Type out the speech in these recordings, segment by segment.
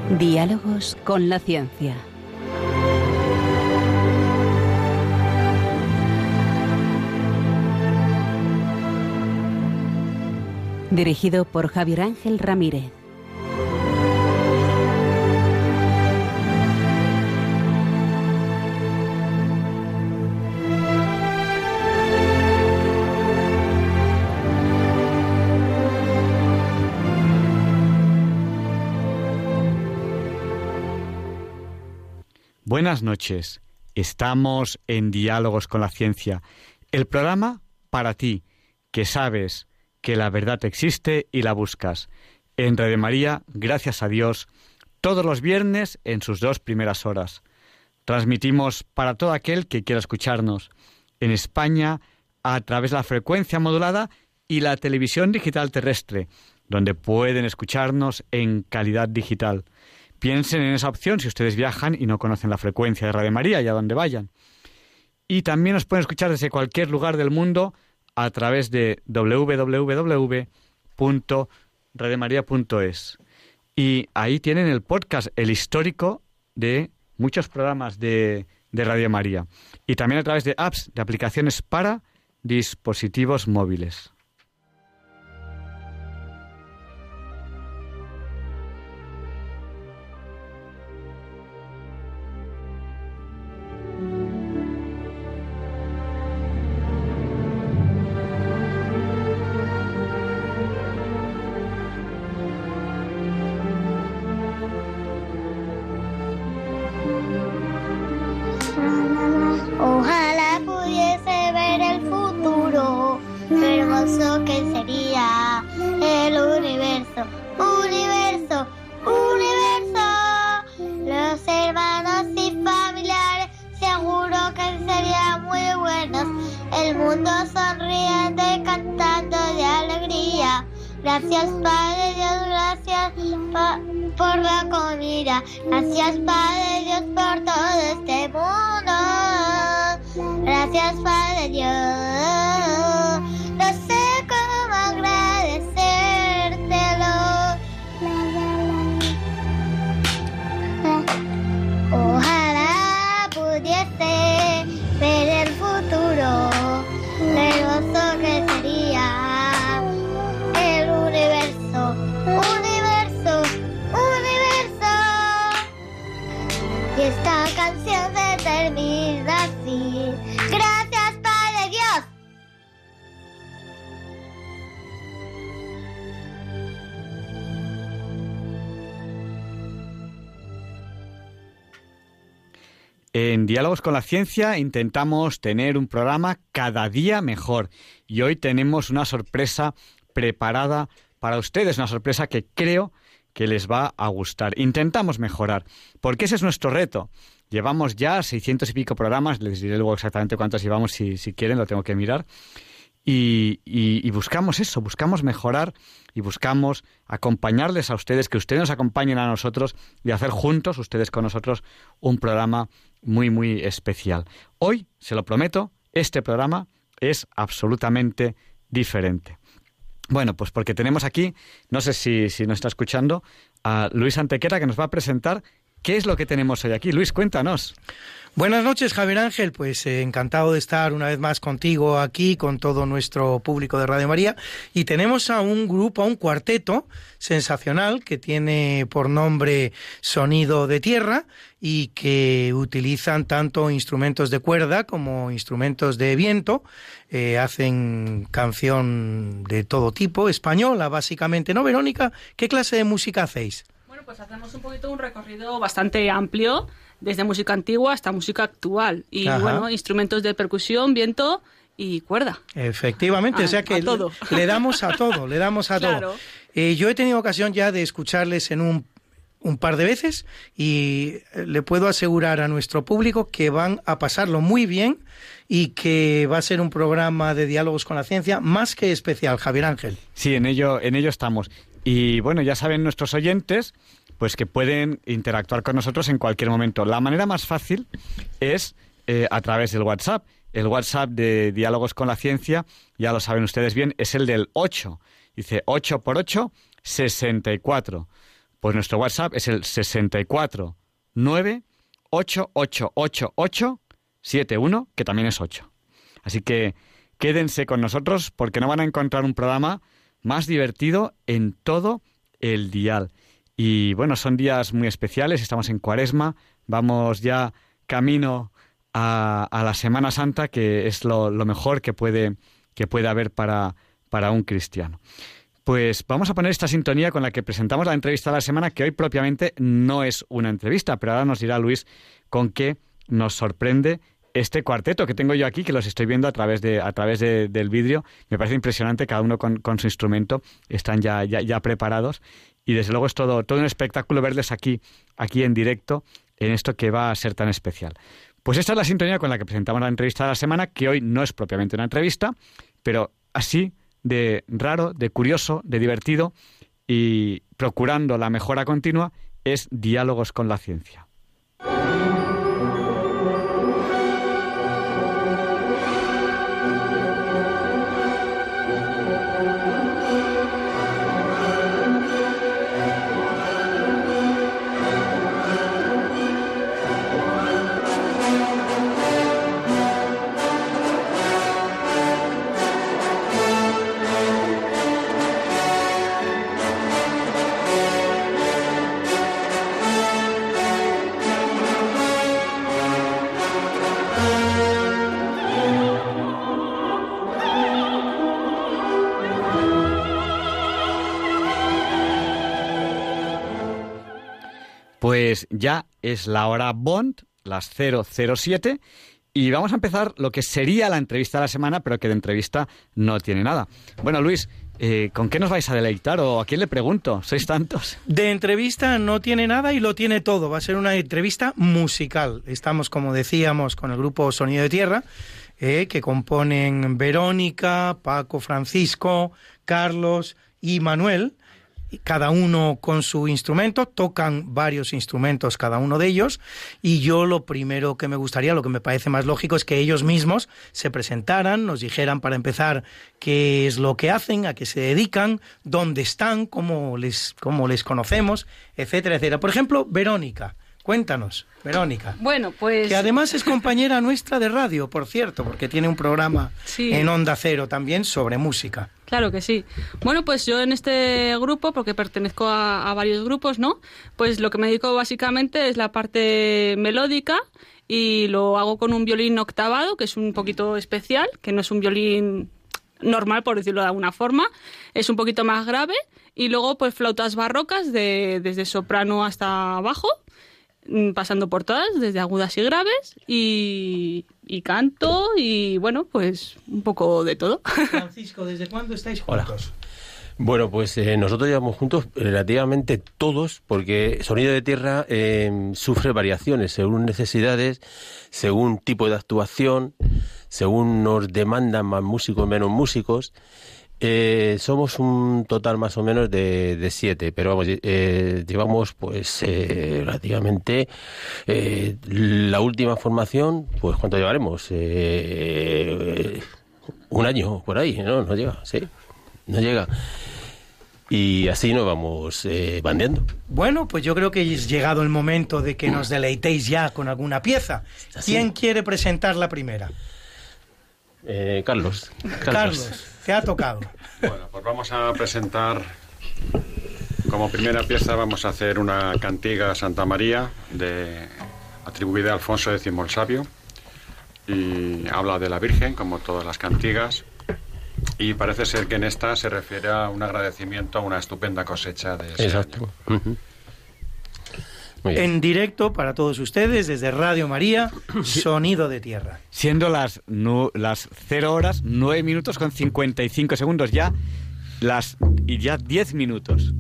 Diálogos con la ciencia. Dirigido por Javier Ángel Ramírez. Buenas noches. Estamos en Diálogos con la Ciencia, el programa para ti, que sabes que la verdad existe y la buscas. En Radio María, gracias a Dios, todos los viernes en sus 2 primeras horas. Transmitimos para todo aquel que quiera escucharnos. En España, a través de la frecuencia modulada y la televisión digital terrestre, donde pueden escucharnos en calidad digital. Piensen en esa opción si ustedes viajan y no conocen la frecuencia de Radio María y a donde vayan. Y también nos pueden escuchar desde cualquier lugar del mundo a través de www.radiomaria.es. Y ahí tienen el podcast, el histórico de muchos programas de Radio María. Y también a través de apps, de aplicaciones para dispositivos móviles. Ojalá pudiese ver el futuro, lo hermoso que sería el universo, universo, universo. Los hermanos y familiares seguro que serían muy buenos. El mundo sonriente cantando de alegría. Gracias Padre Dios, gracias por la comida. Gracias Padre Dios por todo este mundo. Gracias Padre Dios. No sé cómo agradecértelo. Ojalá pudiese ver el futuro, lo hermoso que sería el universo, universo, universo. Y esta canción se termina así. Gracias, Padre Dios. En Diálogos con la Ciencia intentamos tener un programa cada día mejor. Y hoy tenemos una sorpresa preparada para ustedes, una sorpresa que creo que les va a gustar. Intentamos mejorar, porque ese es nuestro reto. Llevamos ya 600 y pico programas, les diré luego exactamente cuántos llevamos si quieren, lo tengo que mirar. Y buscamos eso, buscamos mejorar y buscamos acompañarles a ustedes, que ustedes nos acompañen a nosotros y hacer juntos, ustedes con nosotros, un programa muy, muy especial. Hoy, se lo prometo, este programa es absolutamente diferente. Bueno, pues porque tenemos aquí, no sé si nos está escuchando, a Luis Antequera, que nos va a presentar qué es lo que tenemos hoy aquí. Luis, cuéntanos. Buenas noches, Javier Ángel. Pues encantado de estar una vez más contigo aquí, con todo nuestro público de Radio María. Y tenemos a un grupo, a un cuarteto sensacional que tiene por nombre Sonido de Tierra y que utilizan tanto instrumentos de cuerda como instrumentos de viento. Hacen canción de todo tipo, española básicamente, ¿no, Verónica? ¿Qué clase de música hacéis? Bueno, pues hacemos un poquito un recorrido bastante amplio, desde música antigua hasta música actual. Y bueno, instrumentos de percusión, viento y cuerda. Efectivamente, o sea que le damos a todo, Claro. Yo he tenido ocasión ya de escucharles en un par de veces y le puedo asegurar a nuestro público que van a pasarlo muy bien y que va a ser un programa de Diálogos con la Ciencia más que especial, Javier Ángel. Sí, en ello estamos. Y bueno, ya saben nuestros oyentes pues que pueden interactuar con nosotros en cualquier momento. La manera más fácil es a través del WhatsApp. El WhatsApp de Diálogos con la Ciencia, ya lo saben ustedes bien, es el del 8. Dice 8 por 8, 64. Pues nuestro WhatsApp es el 64 9 8888 71, que también es 8. Así que quédense con nosotros porque no van a encontrar un programa más divertido en todo el dial. Y bueno, son días muy especiales, estamos en Cuaresma, vamos ya camino a la Semana Santa, que es lo mejor que puede haber para un cristiano. Pues vamos a poner esta sintonía con la que presentamos la entrevista de la semana, que hoy propiamente no es una entrevista, pero ahora nos dirá Luis con qué nos sorprende este cuarteto que tengo yo aquí, que los estoy viendo a través del vidrio. Me parece impresionante, cada uno con su instrumento, están ya preparados, y desde luego es todo un espectáculo verles aquí en directo, en esto que va a ser tan especial. Pues esta es la sintonía con la que presentamos la entrevista de la semana, que hoy no es propiamente una entrevista, pero así de raro, de curioso, de divertido, y procurando la mejora continua, es Diálogos con la Ciencia. Pues ya es la hora Bond, las 007, y vamos a empezar lo que sería la entrevista de la semana, pero que de entrevista no tiene nada. Bueno, Luis, ¿con qué nos vais a deleitar o a quién le pregunto? ¿Sois tantos? De entrevista no tiene nada y lo tiene todo. Va a ser una entrevista musical. Estamos, como decíamos, con el grupo Sonido de Tierra, que componen Verónica, Paco, Francisco, Carlos y Manuel. Cada uno con su instrumento, tocan varios instrumentos cada uno de ellos, y yo lo primero que me gustaría, lo que me parece más lógico, es que ellos mismos se presentaran, nos dijeran para empezar qué es lo que hacen, a qué se dedican, dónde están, cómo les conocemos, etcétera, etcétera. Por ejemplo, Verónica. Cuéntanos, Verónica. Bueno, pues... Que además es compañera nuestra de radio, por cierto, porque tiene un programa en Onda Cero también sobre música. Claro que sí. Bueno, pues yo en este grupo, porque pertenezco a varios grupos, ¿no? Pues lo que me dedico básicamente es la parte melódica, y lo hago con un violín octavado, que es un poquito especial, que no es un violín normal, por decirlo de alguna forma, es un poquito más grave, y luego pues flautas barrocas desde soprano hasta bajo, pasando por todas, desde agudas y graves, y canto, y bueno, pues un poco de todo. Francisco, ¿desde cuándo estáis juntos? Hola. Bueno, pues nosotros llevamos juntos relativamente todos, porque Sonido de Tierra sufre variaciones según necesidades, según tipo de actuación, según nos demandan más músicos, menos músicos. Somos un total más o menos de 7, pero vamos, llevamos pues relativamente la última formación, pues ¿cuánto llevaremos? Un año por ahí, ¿no? No llega, sí, no llega. Y así nos vamos bandeando. Bueno, pues yo creo que es llegado el momento de que nos deleitéis ya con alguna pieza. ¿Quién quiere presentar la primera? Carlos, te ha tocado. Bueno, pues vamos a presentar, como primera pieza vamos a hacer una cantiga a Santa María, atribuida a Alfonso X el Sabio, y habla de la Virgen, como todas las cantigas, y parece ser que en esta se refiere a un agradecimiento a una estupenda cosecha de ese Exacto. año. Uh-huh. En directo para todos ustedes desde Radio María, Sonido de Tierra. Siendo las 0 horas, 9 minutos con 55 segundos ya, y ya 10 minutos.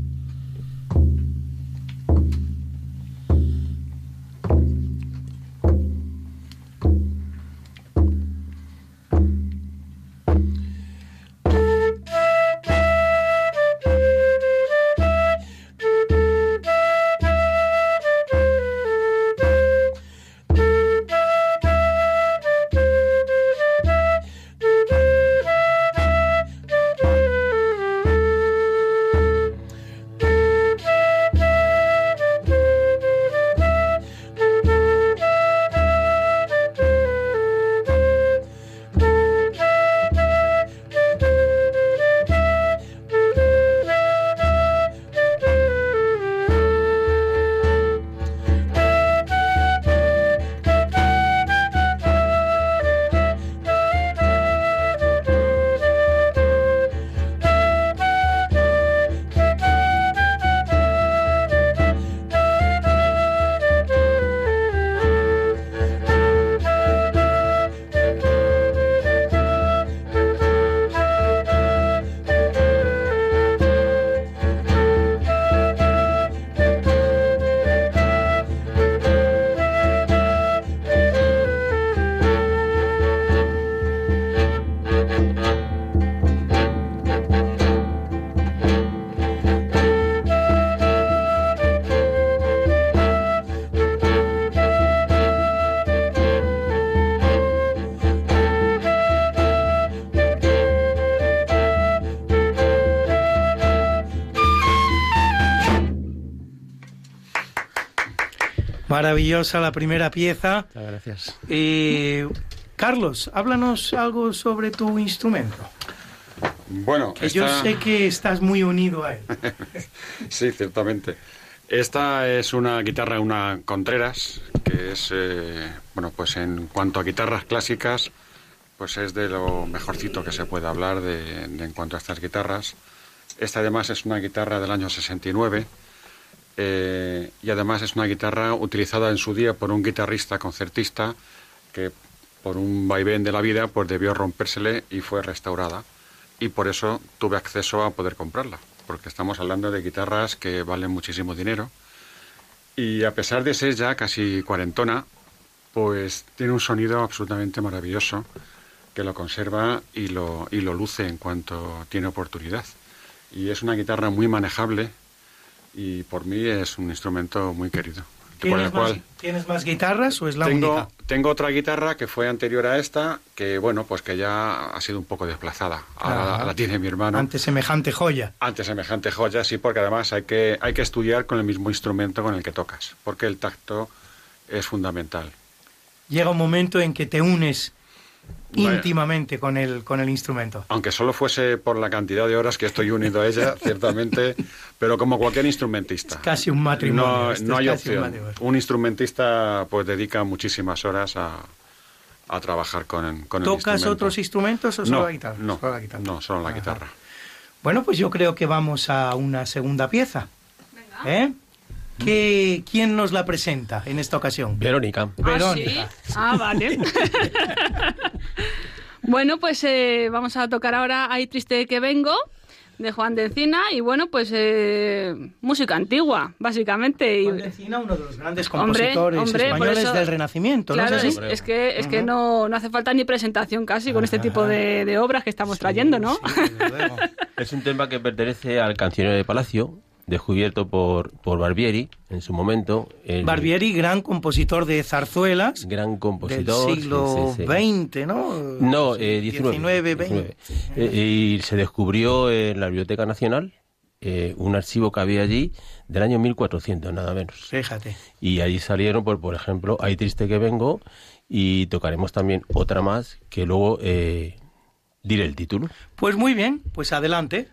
Maravillosa la primera pieza. Muchas gracias. Carlos, háblanos algo sobre tu instrumento. Bueno, Que yo sé que estás muy unido a él. Sí, ciertamente. Esta es una guitarra, una Contreras, que es, bueno, pues en cuanto a guitarras clásicas, pues es de lo mejorcito que se puede hablar en cuanto a estas guitarras. Esta además es una guitarra del año 69 y además es una guitarra utilizada en su día por un guitarrista concertista que por un vaivén de la vida pues debió rompérsele y fue restaurada. Y por eso tuve acceso a poder comprarla, porque estamos hablando de guitarras que valen muchísimo dinero. Y a pesar de ser ya casi cuarentona, pues tiene un sonido absolutamente maravilloso que lo conserva y lo luce en cuanto tiene oportunidad. Y es una guitarra muy manejable y por mí es un instrumento muy querido. ¿Tienes más guitarras o es la única? Tengo otra guitarra que fue anterior a esta, que bueno, pues que ya ha sido un poco desplazada. Ahora la tiene mi hermano. Ante semejante joya. Ante semejante joya, sí, porque además hay que estudiar con el mismo instrumento con el que tocas, porque el tacto es fundamental. Llega un momento en que te unes íntimamente con el instrumento. Aunque solo fuese por la cantidad de horas que estoy unido a ella, ciertamente, pero como cualquier instrumentista. Es casi un matrimonio. No hay opción. Un instrumentista pues dedica muchísimas horas a trabajar con el instrumento. ¿Tocas otros instrumentos o solo la guitarra? No, solo la guitarra. No, solo la guitarra. Bueno, pues yo creo que vamos a una segunda pieza. Venga. ¿Quién nos la presenta en esta ocasión? Verónica. Verónica. ¿Sí? Vale. Bueno, pues vamos a tocar ahora Ay triste que vengo, de Juan de Encina, y bueno, pues música antigua, básicamente. Juan de Encina, uno de los grandes compositores españoles eso, del Renacimiento, claro, ¿no es así? es que no hace falta ni presentación casi con este tipo de obras que estamos trayendo, ¿no? Sí, desde luego. Es un tema que pertenece al Cancionero de Palacio, descubierto por Barbieri en su momento. Barbieri, gran compositor de zarzuelas. Gran compositor. Del siglo XX, ¿no? No, XIX, XX. Y se descubrió en la Biblioteca Nacional un archivo que había allí del año 1400, nada menos. Fíjate. Y allí salieron, por ejemplo, Ay triste que vengo, y tocaremos también otra más que luego diré el título. Pues muy bien, pues adelante.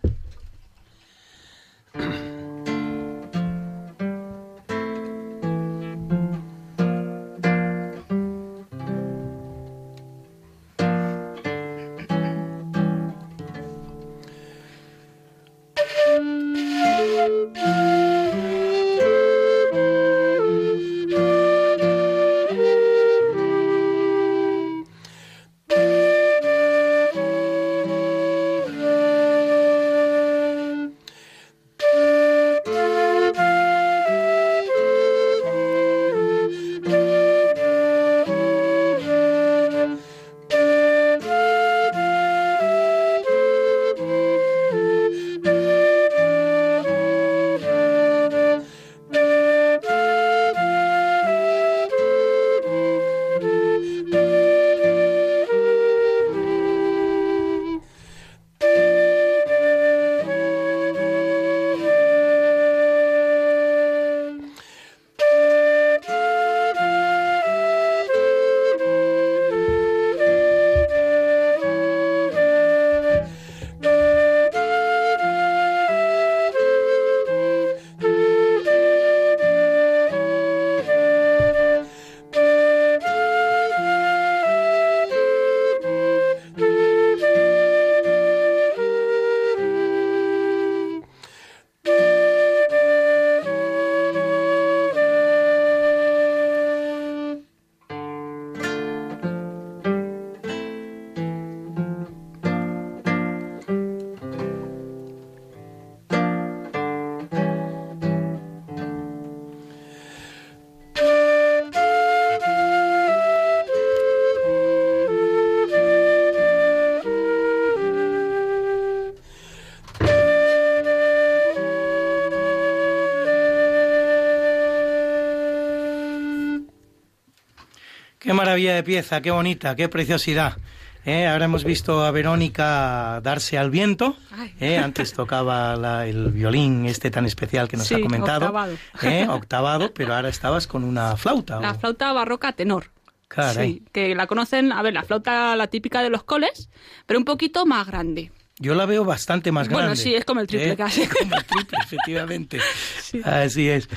Qué maravilla de pieza, qué bonita, qué preciosidad. Ahora hemos visto a Verónica darse al viento. Antes tocaba el violín tan especial que nos ha comentado. Octavado, pero ahora estabas con una flauta. La flauta barroca tenor. Caray. Sí, que la conocen, la flauta la típica de los coles, pero un poquito más grande. Yo la veo bastante más grande. Bueno, sí, es como el triple casi. Como el triple, efectivamente. Sí. Así es.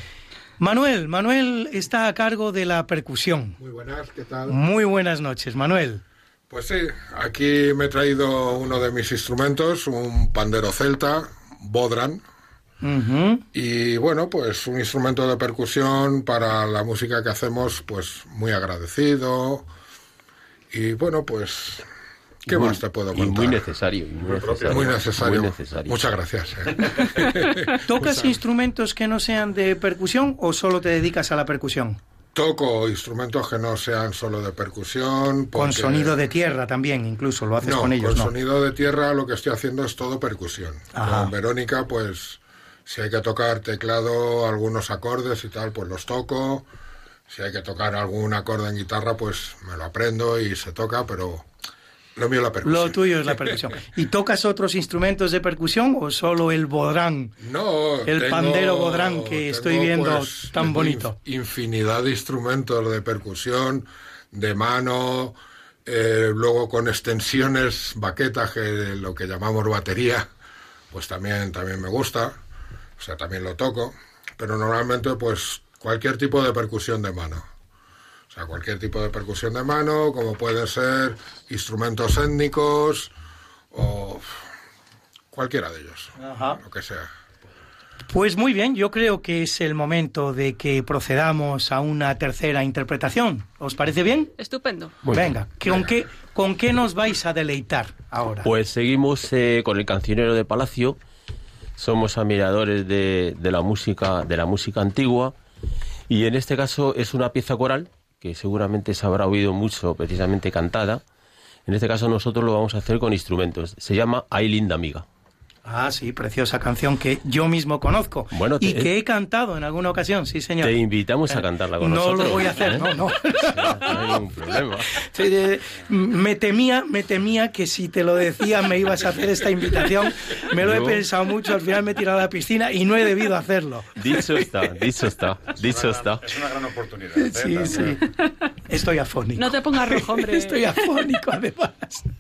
Manuel está a cargo de la percusión. Muy buenas, ¿qué tal? Muy buenas noches, Manuel. Pues sí, aquí me he traído uno de mis instrumentos, un pandero celta, bodhran. Y bueno, pues un instrumento de percusión para la música que hacemos, pues muy agradecido. Y bueno, pues... ¿Qué más te puedo contar? Muy necesario. Muy necesario. Muchas gracias. ¿Tocas instrumentos que no sean de percusión o solo te dedicas a la percusión? Toco instrumentos que no sean solo de percusión. Con sonido de tierra también, incluso lo haces con ellos, ¿no? Con sonido de tierra lo que estoy haciendo es todo percusión. Ajá. Con Verónica, pues, si hay que tocar teclado, algunos acordes y tal, pues los toco. Si hay que tocar algún acorde en guitarra, pues me lo aprendo y se toca, pero... Lo mío es la percusión. Lo tuyo es la percusión. ¿Y tocas otros instrumentos de percusión o solo el bodhrán? No, el pandero bodhrán que estoy viendo pues, tan bonito. Infinidad de instrumentos de percusión, de mano, luego con extensiones, baquetas, que lo que llamamos batería, pues también me gusta, o sea, también lo toco, pero normalmente pues cualquier tipo de percusión de mano. O sea, cualquier tipo de percusión de mano, como pueden ser instrumentos étnicos o cualquiera de ellos, lo que sea. Pues muy bien, yo creo que es el momento de que procedamos a una tercera interpretación. ¿Os parece bien? Estupendo. Venga, ¿con qué nos vais a deleitar ahora? Pues seguimos con el Cancionero de Palacio. Somos admiradores de la música antigua y en este caso es una pieza coral que seguramente se habrá oído mucho, precisamente cantada. En este caso nosotros lo vamos a hacer con instrumentos. Se llama Ay, linda amiga. Ah, sí, preciosa canción que yo mismo conozco y que he cantado en alguna ocasión, sí señor. Te invitamos a cantarla con nosotros. No lo voy a hacer, no. No hay ningún problema. Me temía que si te lo decía me ibas a hacer esta invitación. Me lo he pensado mucho, al final me he tirado a la piscina y no he debido hacerlo. Dicho está. Es una gran oportunidad. Sí. Estoy afónico. No te pongas rojo, hombre. Estoy afónico, además.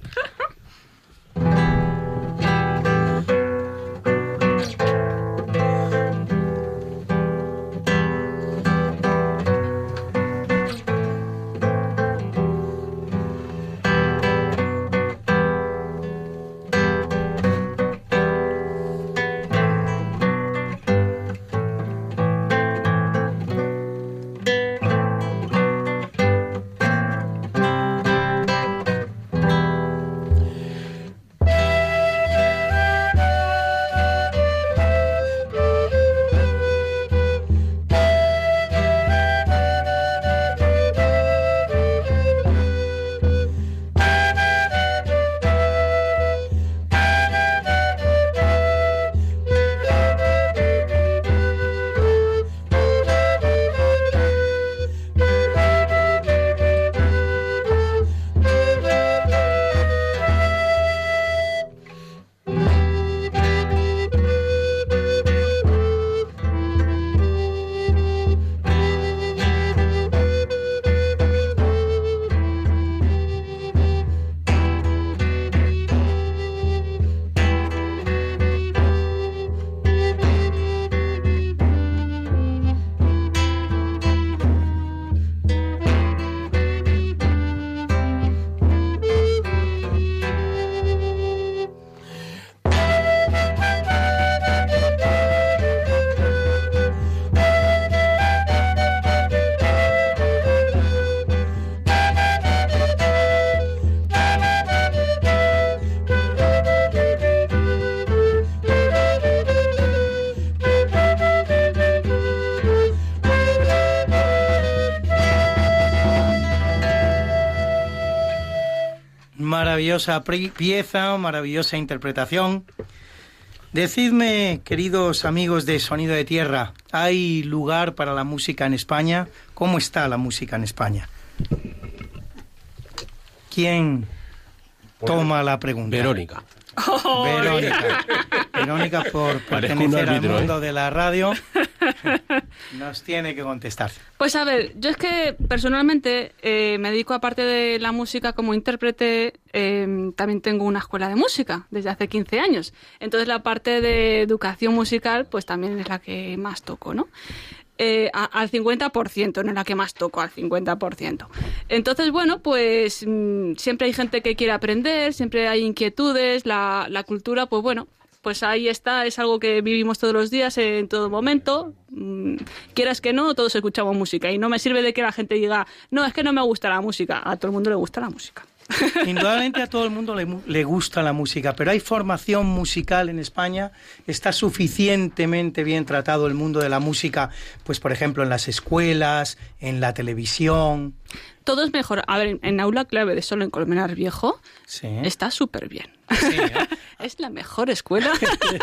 Maravillosa pieza, maravillosa interpretación. Decidme, queridos amigos de Sonido de Tierra, ¿hay lugar para la música en España? ¿Cómo está la música en España? ¿Quién Toma la pregunta. Verónica. Verónica, por Parezco un pertenecer al árbitro, mundo de la radio, nos tiene que contestar. Pues a ver, yo es que personalmente me dedico, aparte de la música como intérprete, también tengo una escuela de música desde hace 15 años. Entonces la parte de educación musical pues también es la que más toco, ¿no? Al 50%, no es la que más toco, al 50%. Entonces, bueno, pues siempre hay gente que quiere aprender, siempre hay inquietudes, la cultura, pues bueno, pues ahí está, es algo que vivimos todos los días, en todo momento. Quieras que no, todos escuchamos música y no me sirve de que la gente diga, no, es que no me gusta la música. A todo el mundo le gusta la música. Indudablemente a todo el mundo le gusta la música, pero hay formación musical en España. ¿Está suficientemente bien tratado el mundo de la música, pues por ejemplo en las escuelas, en la televisión? Todo es mejor. A ver, en Aula Clave de Sol en Colmenar Viejo Sí. está súper bien. Sí, ¿eh? Es la mejor escuela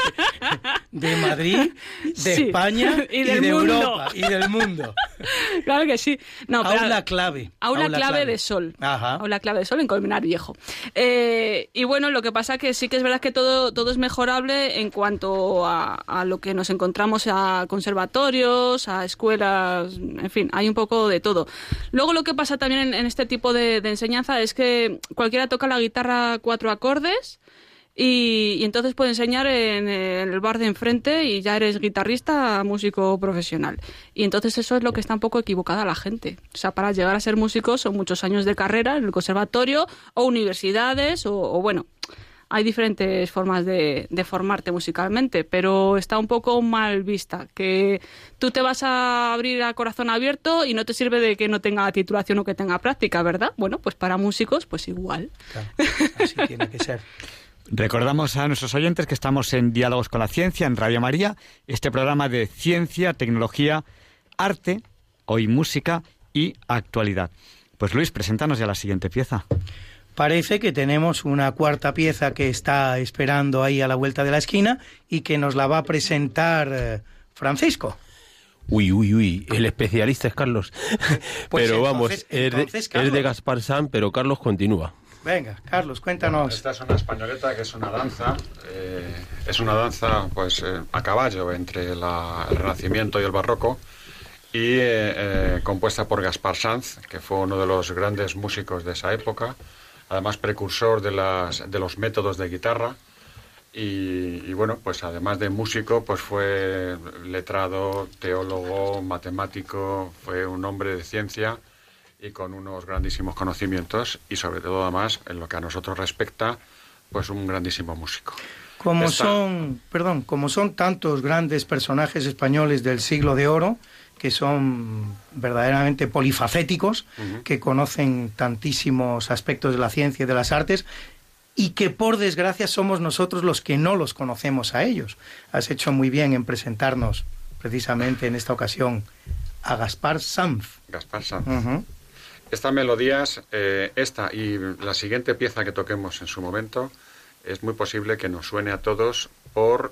De Madrid, de Sí. España Y de del mundo. Europa y del mundo. Claro que sí. No, pero- Aula Clave. Aula Clave de Sol. Ajá. Aula Clave de Sol en Colmenar Viejo. Y bueno, lo que pasa que sí que es verdad que todo es mejorable en cuanto a lo que nos encontramos a conservatorios, a escuelas, en fin, hay un poco de todo. Luego lo que pasa también en este tipo de enseñanza es que cualquiera toca la guitarra 4 acordes. Y entonces puedes enseñar en el bar de enfrente y ya eres guitarrista, músico profesional. Y entonces eso es lo que está un poco equivocada la gente. O sea, para llegar a ser músico son muchos años de carrera en el conservatorio o universidades o bueno, hay diferentes formas de formarte musicalmente, pero está un poco mal vista, que tú te vas a abrir a corazón abierto y no te sirve de que no tenga titulación o que tenga práctica, ¿verdad? Bueno, pues para músicos, pues igual. Claro, así tiene que ser. Recordamos a nuestros oyentes que estamos en Diálogos con la Ciencia, en Radio María, este programa de ciencia, tecnología, arte, hoy música y actualidad. Pues Luis, preséntanos ya la siguiente pieza. Parece que tenemos una cuarta pieza que está esperando ahí a la vuelta de la esquina y que nos la va a presentar Francisco. Uy, el especialista es Carlos. Pues pero vamos, entonces, es Carlos. de Gaspar Sanz, pero Carlos continúa. Venga, Carlos, Bueno, cuéntanos. esta es una españoleta que es una danza. Es una danza pues a caballo entre el Renacimiento y el Barroco y compuesta por Gaspar Sanz, que fue uno de los grandes músicos de esa época, además precursor de los métodos de guitarra. Y bueno, pues además de músico, pues fue letrado, teólogo, matemático, fue un hombre de ciencia y con unos grandísimos conocimientos y sobre todo además en lo que a nosotros respecta, pues un grandísimo músico. Como son tantos grandes personajes españoles del siglo de oro, que son verdaderamente polifacéticos, que conocen tantísimos aspectos de la ciencia y de las artes, y que por desgracia somos nosotros los que no los conocemos a ellos. Has hecho muy bien en presentarnos precisamente en esta ocasión a Gaspar Sanz. Gaspar Sanz. Uh-huh. Estas melodías, esta y la siguiente pieza que toquemos en su momento, es muy posible que nos suene a todos por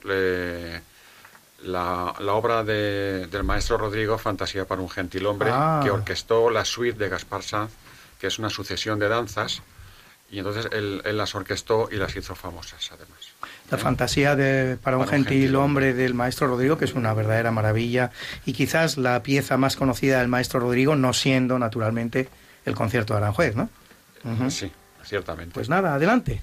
la obra del maestro Rodrigo, Fantasía para un gentilhombre, que orquestó la suite de Gaspar Sanz, que es una sucesión de danzas, y entonces él las orquestó y las hizo famosas, además. La fantasía para un gentil hombre del maestro Rodrigo, que es una verdadera maravilla, y quizás la pieza más conocida del maestro Rodrigo, no siendo, naturalmente, el concierto de Aranjuez, ¿no? Uh-huh. Sí, ciertamente. Pues nada, adelante.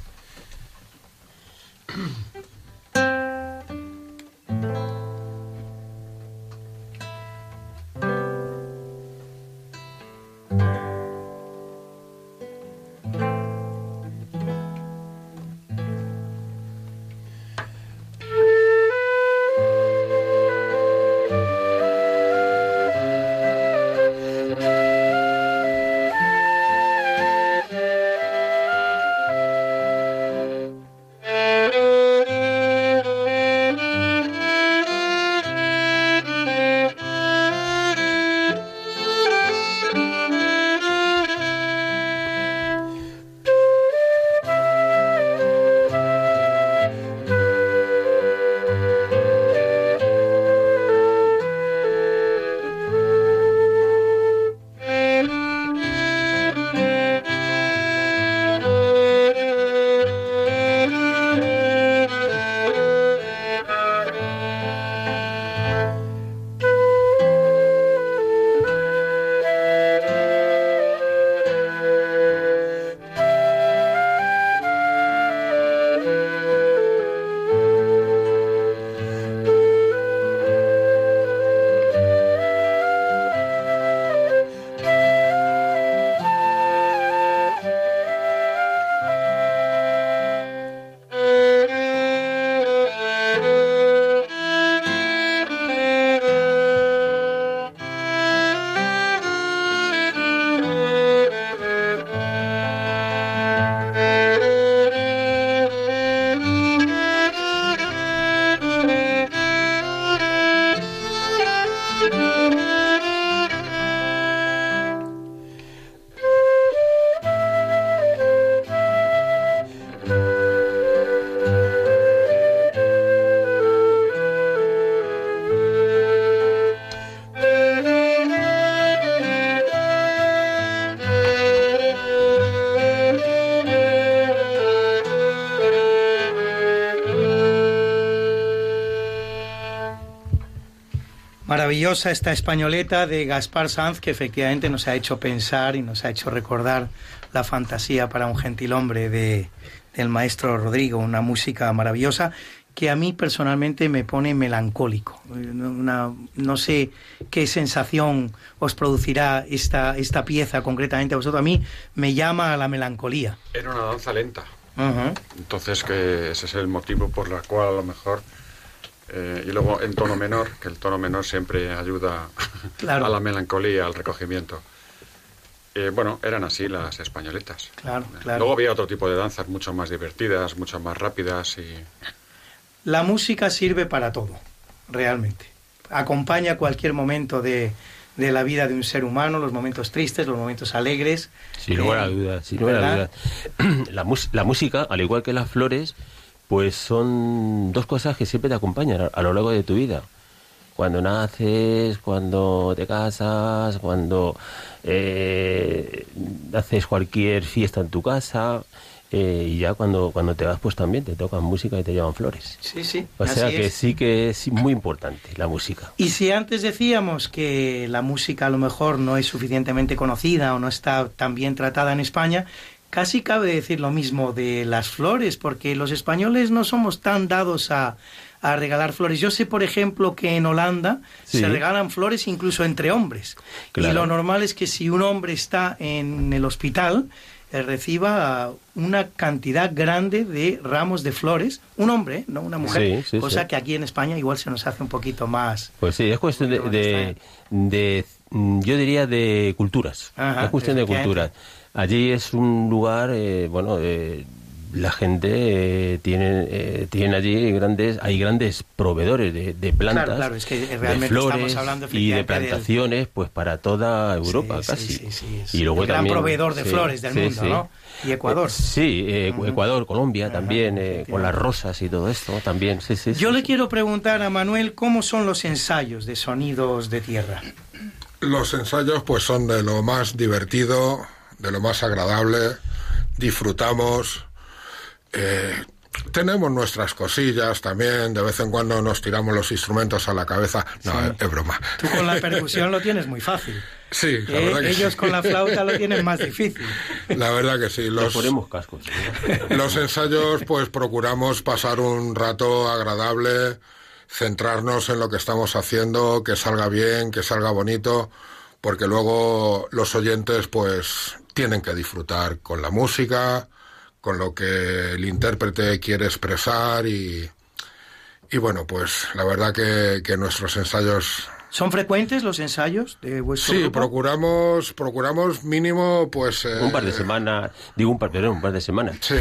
Maravillosa esta españoleta de Gaspar Sanz, que efectivamente nos ha hecho pensar y nos ha hecho recordar la fantasía para un gentilhombre del maestro Rodrigo, una música maravillosa que a mí personalmente me pone melancólico. No sé qué sensación os producirá esta pieza concretamente a vosotros. A mí me llama a la melancolía. Era una danza lenta. Uh-huh. Entonces, que ese es el motivo por el cual a lo mejor... y luego en tono menor, que el tono menor siempre ayuda Claro. a la melancolía, al recogimiento. Bueno, eran así las españoletas. Claro, claro. Luego había otro tipo de danzas mucho más divertidas, mucho más rápidas y... La música sirve para todo, realmente. Acompaña cualquier momento de la vida de un ser humano, los momentos tristes, los momentos alegres. Sin lugar a dudas, sin lugar a dudas. La música, al igual que las flores, pues son dos cosas que siempre te acompañan a lo largo de tu vida. Cuando naces, cuando te casas, cuando haces cualquier fiesta en tu casa... y ya cuando te vas, pues también te tocan música y te llevan flores. Sí, sí. O sea así que es. sí que es muy importante la música. Y si antes decíamos que la música a lo mejor no es suficientemente conocida o no está tan bien tratada en España, casi cabe decir lo mismo de las flores, porque los españoles no somos tan dados a regalar flores. Yo sé, por ejemplo, que en Holanda Sí. se regalan flores incluso entre hombres. Claro. Y lo normal es que si un hombre está en el hospital... reciba una cantidad grande de ramos de flores, un hombre, no una mujer, Sí, sí, cosa sí. que aquí en España igual se nos hace un poquito más. Pues sí, es cuestión de yo diría de culturas. Ajá, es cuestión de culturas. Allí es un lugar, la gente tienen allí hay grandes proveedores de plantas, Claro, es que de realmente flores estamos hablando y de efectivamente plantaciones, pues para toda Europa Sí, casi. es Y luego el gran también proveedor de flores del mundo, ¿no? Y Ecuador. Ecuador, Colombia Ajá, también, efectivamente. con las rosas y todo esto también. Yo le quiero preguntar a Manuel cómo son los ensayos de Sonidos de Tierra. Los ensayos pues son de lo más divertido, de lo más agradable, disfrutamos, tenemos nuestras cosillas también, de vez en cuando nos tiramos los instrumentos a la cabeza, no, Sí. es broma. Tú con la percusión lo tienes muy fácil. Sí, la verdad que Ellos sí. con la flauta lo tienen más difícil. La verdad que sí, Nos ponemos cascos. los ensayos pues procuramos pasar un rato agradable, centrarnos en lo que estamos haciendo, que salga bien, que salga bonito, porque luego los oyentes pues tienen que disfrutar con la música, con lo que el intérprete quiere expresar y bueno, pues la verdad que nuestros ensayos... ¿Son frecuentes los ensayos de vuestro Sí, grupo? procuramos mínimo pues... Un par de semanas, un par de semanas. Sí.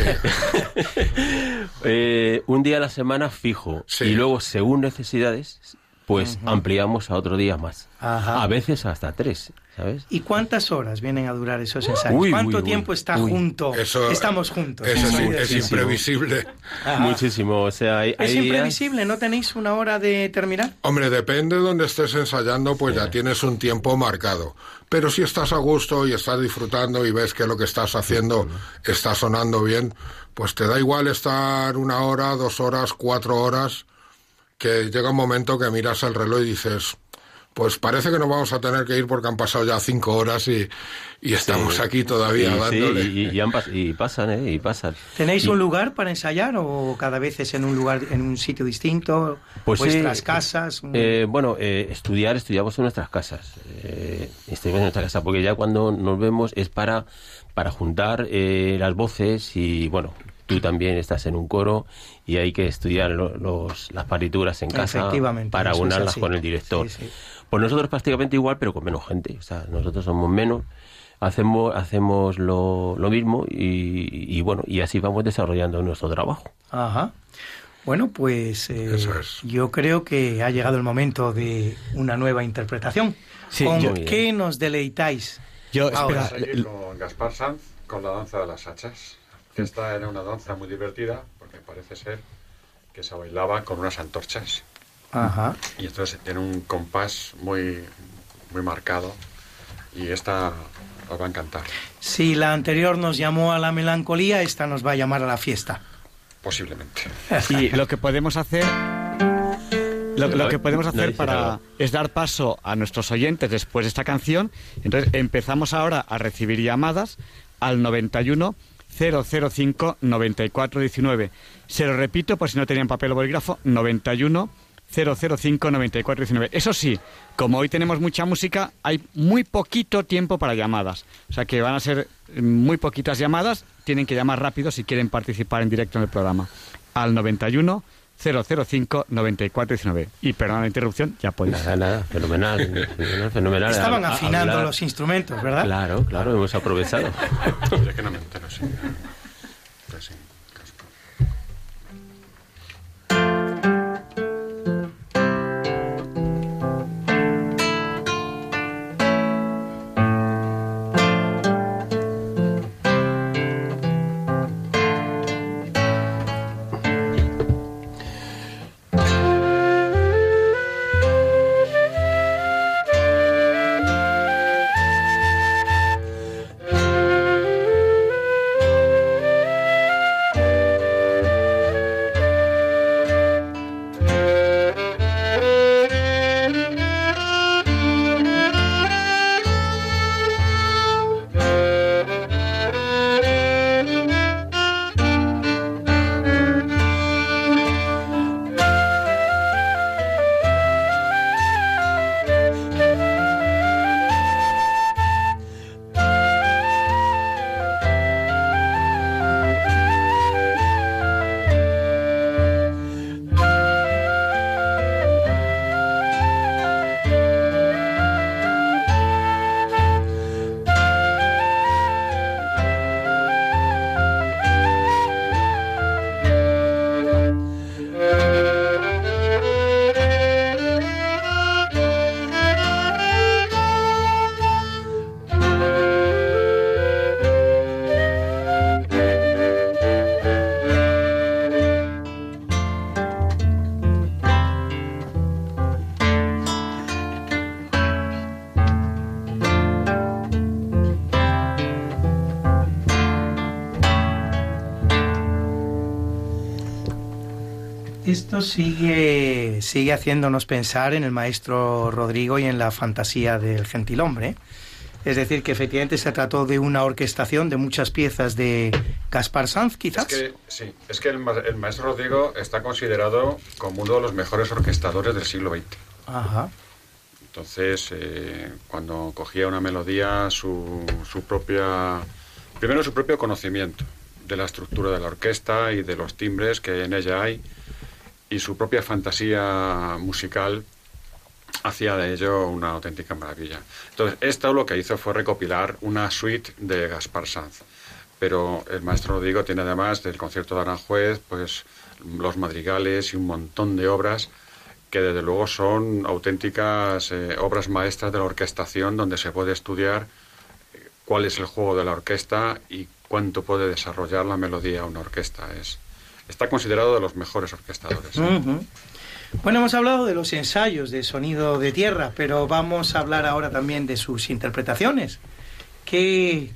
Un día a la semana fijo. Sí. Y luego, según necesidades, pues ampliamos a otro día más. Ajá. A veces hasta 3, ¿sabes? ¿Y cuántas horas vienen a durar esos ensayos? ¿Cuánto tiempo estamos juntos? Eso en es, Sonidos de es Tierra? imprevisible. Ajá. Muchísimo. O sea, hay ¿Es días- imprevisible? ¿No tenéis una hora de terminar? Hombre, depende de donde estés ensayando, pues ya tienes un tiempo marcado. Pero si estás a gusto y estás disfrutando y ves que lo que estás haciendo está sonando bien, pues te da igual estar 1 hora, 2 horas, 4 horas, que llega un momento que miras el reloj y dices, pues parece que nos vamos a tener que ir porque han pasado ya 5 horas y estamos aquí todavía dándole. Y pasan. ¿Tenéis Y- un lugar para ensayar o cada vez es en un lugar, en un sitio distinto? Pues ¿Vuestras sí, casas? estudiamos en nuestras casas. Estudiamos en nuestra casa, porque ya cuando nos vemos es para juntar las voces y, bueno, tú también estás en un coro y hay que estudiar las partituras en casa Efectivamente, para eso es unarlas así. con el director. Sí, sí. Pues nosotros prácticamente igual, pero con menos gente. O sea, nosotros somos menos, hacemos lo mismo y bueno, y así vamos desarrollando nuestro trabajo. Ajá. Bueno, pues Eso es. yo creo que ha llegado el momento de una nueva interpretación. Sí, ¿Con yo- qué nos deleitáis? Yo, Ahora. espera, Vamos a seguir con Gaspar Sanz, con la danza de las hachas. Esta era una danza muy divertida, porque parece ser que se bailaba con unas antorchas. Ajá. Y entonces tiene un compás muy, muy marcado. Y esta os va a encantar, Si la anterior nos llamó a la melancolía, esta nos va a llamar a la fiesta. posiblemente. y lo que podemos hacer Lo que podemos hacer dice nada. es dar paso a nuestros oyentes después de esta canción. Entonces empezamos ahora a recibir llamadas al 91 005 94 19. Se lo repito por si no tenían papel o bolígrafo, 91 005 94 19. Eso sí, como hoy tenemos mucha música, hay muy poquito tiempo para llamadas. O sea que van a ser muy poquitas llamadas. Tienen que llamar rápido si quieren participar en directo en el programa. Al 91 005 94 19. Y perdón la interrupción, ya podéis. Nada, fenomenal. Estaban afinando los instrumentos, ¿verdad? Claro, hemos aprovechado. Es que no me entero, sí. Pues sí. Esto sigue haciéndonos pensar en el maestro Rodrigo y en la fantasía del gentilhombre. Es decir, que efectivamente se trató de una orquestación de muchas piezas de Gaspar Sanz, quizás. Es que el maestro Rodrigo está considerado como uno de los mejores orquestadores del siglo XX. Ajá. Entonces, cuando cogía una melodía, primero su propio conocimiento de la estructura de la orquesta y de los timbres que en ella hay, y su propia fantasía musical hacía de ello una auténtica maravilla. Entonces, esto lo que hizo fue recopilar una suite de Gaspar Sanz. Pero el maestro Rodrigo tiene, además del concierto de Aranjuez, pues los madrigales y un montón de obras que desde luego son auténticas obras maestras de la orquestación, donde se puede estudiar cuál es el juego de la orquesta y cuánto puede desarrollar la melodía una orquesta. Está considerado de los mejores orquestadores. Uh-huh. Bueno, hemos hablado de los ensayos de Sonido de Tierra, pero vamos a hablar ahora también de sus interpretaciones. ¿Qué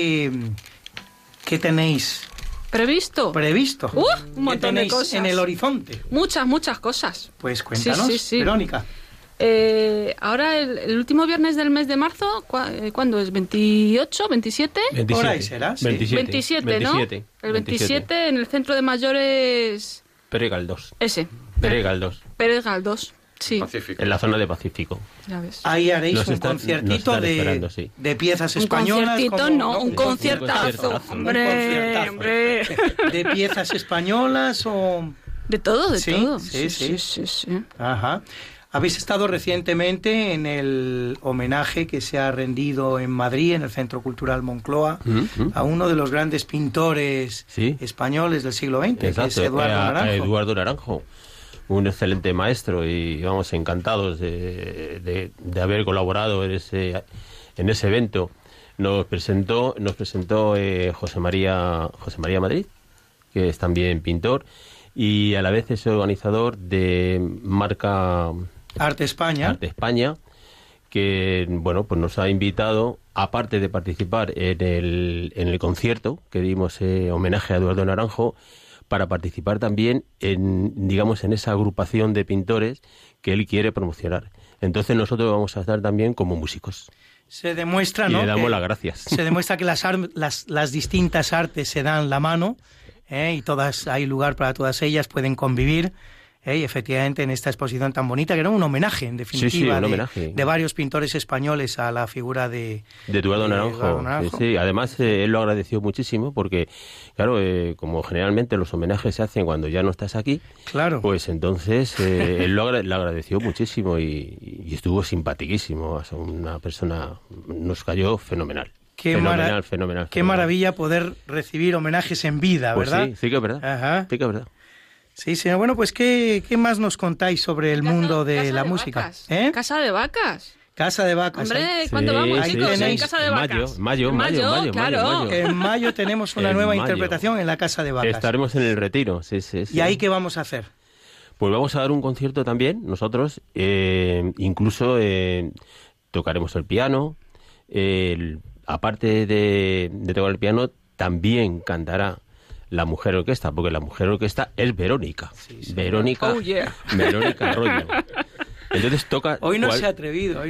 tenéis previsto? Un montón de cosas en el horizonte. Muchas cosas. Pues cuéntanos, sí. Verónica. Ahora el último viernes del mes de marzo, ¿cuándo es? ¿28? ¿27? Por ahí será, sí. 27, ¿no? 27, el 27 en el Centro de Mayores... Pérez Galdós. Ese. Pérez Galdós, sí. Pacífico. En la zona de Pacífico. Ya ves. Ahí haréis un conciertito de piezas españolas. Un conciertito, un conciertazo. Hombre. ¿De piezas españolas o...? De todo. Sí. Ajá. Habéis estado recientemente en el homenaje que se ha rendido en Madrid, en el Centro Cultural Moncloa, a uno de los grandes pintores españoles del siglo XX, exacto, que es Eduardo Naranjo. Eduardo Naranjo, un excelente maestro, y vamos encantados de haber colaborado en ese evento. Nos presentó José María Madrid, que es también pintor, y a la vez es organizador de marca Arte España, que bueno, pues nos ha invitado, aparte de participar en el concierto que dimos homenaje a Eduardo Naranjo, para participar también en, digamos, en esa agrupación de pintores que él quiere promocionar. Entonces nosotros vamos a estar también como músicos. Se demuestra, y ¿no? le damos que las gracias. Se demuestra que las distintas artes se dan la mano, y todas hay lugar para todas ellas, pueden convivir. Y efectivamente en esta exposición tan bonita, que era un homenaje, en definitiva, un homenaje. de varios pintores españoles a la figura de Eduardo Naranjo. Sí. Además, él lo agradeció muchísimo porque, claro, como generalmente los homenajes se hacen cuando ya no estás aquí, claro, pues entonces él lo agradeció muchísimo y estuvo simpaticísimo. O sea, una persona, nos cayó fenomenal. Fenomenal. Qué maravilla poder recibir homenajes en vida, ¿verdad? Pues sí que es verdad. Ajá. Sí que es verdad. Sí, señor. Bueno, pues ¿qué más nos contáis sobre el mundo de la música? Casa de vacas. Casa de vacas. Hombre, ¿cuándo vamos, ahí chicos? Tenéis... En Casa de Vacas. Mayo, claro. En mayo tenemos una nueva interpretación en la Casa de Vacas. Estaremos en el Retiro, sí. ¿Y ahí qué vamos a hacer? Pues vamos a dar un concierto también, nosotros. Incluso tocaremos el piano. Aparte de tocar el piano, también cantará la mujer orquesta, porque la mujer orquesta es Verónica. Sí. Verónica Arroyo. Entonces toca... Hoy no se ha atrevido.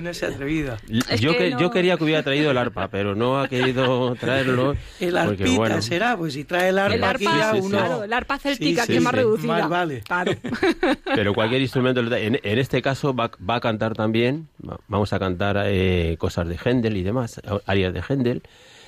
Yo quería que hubiera traído el arpa, pero no ha querido traerlo. El arpita porque, será, pues si trae el arpa aquí ya uno... Claro, el arpa celtica, que es más reducida. Más vale. Claro. Pero cualquier instrumento... En este caso va a cantar también, vamos a cantar cosas de Händel y demás, arias de Händel.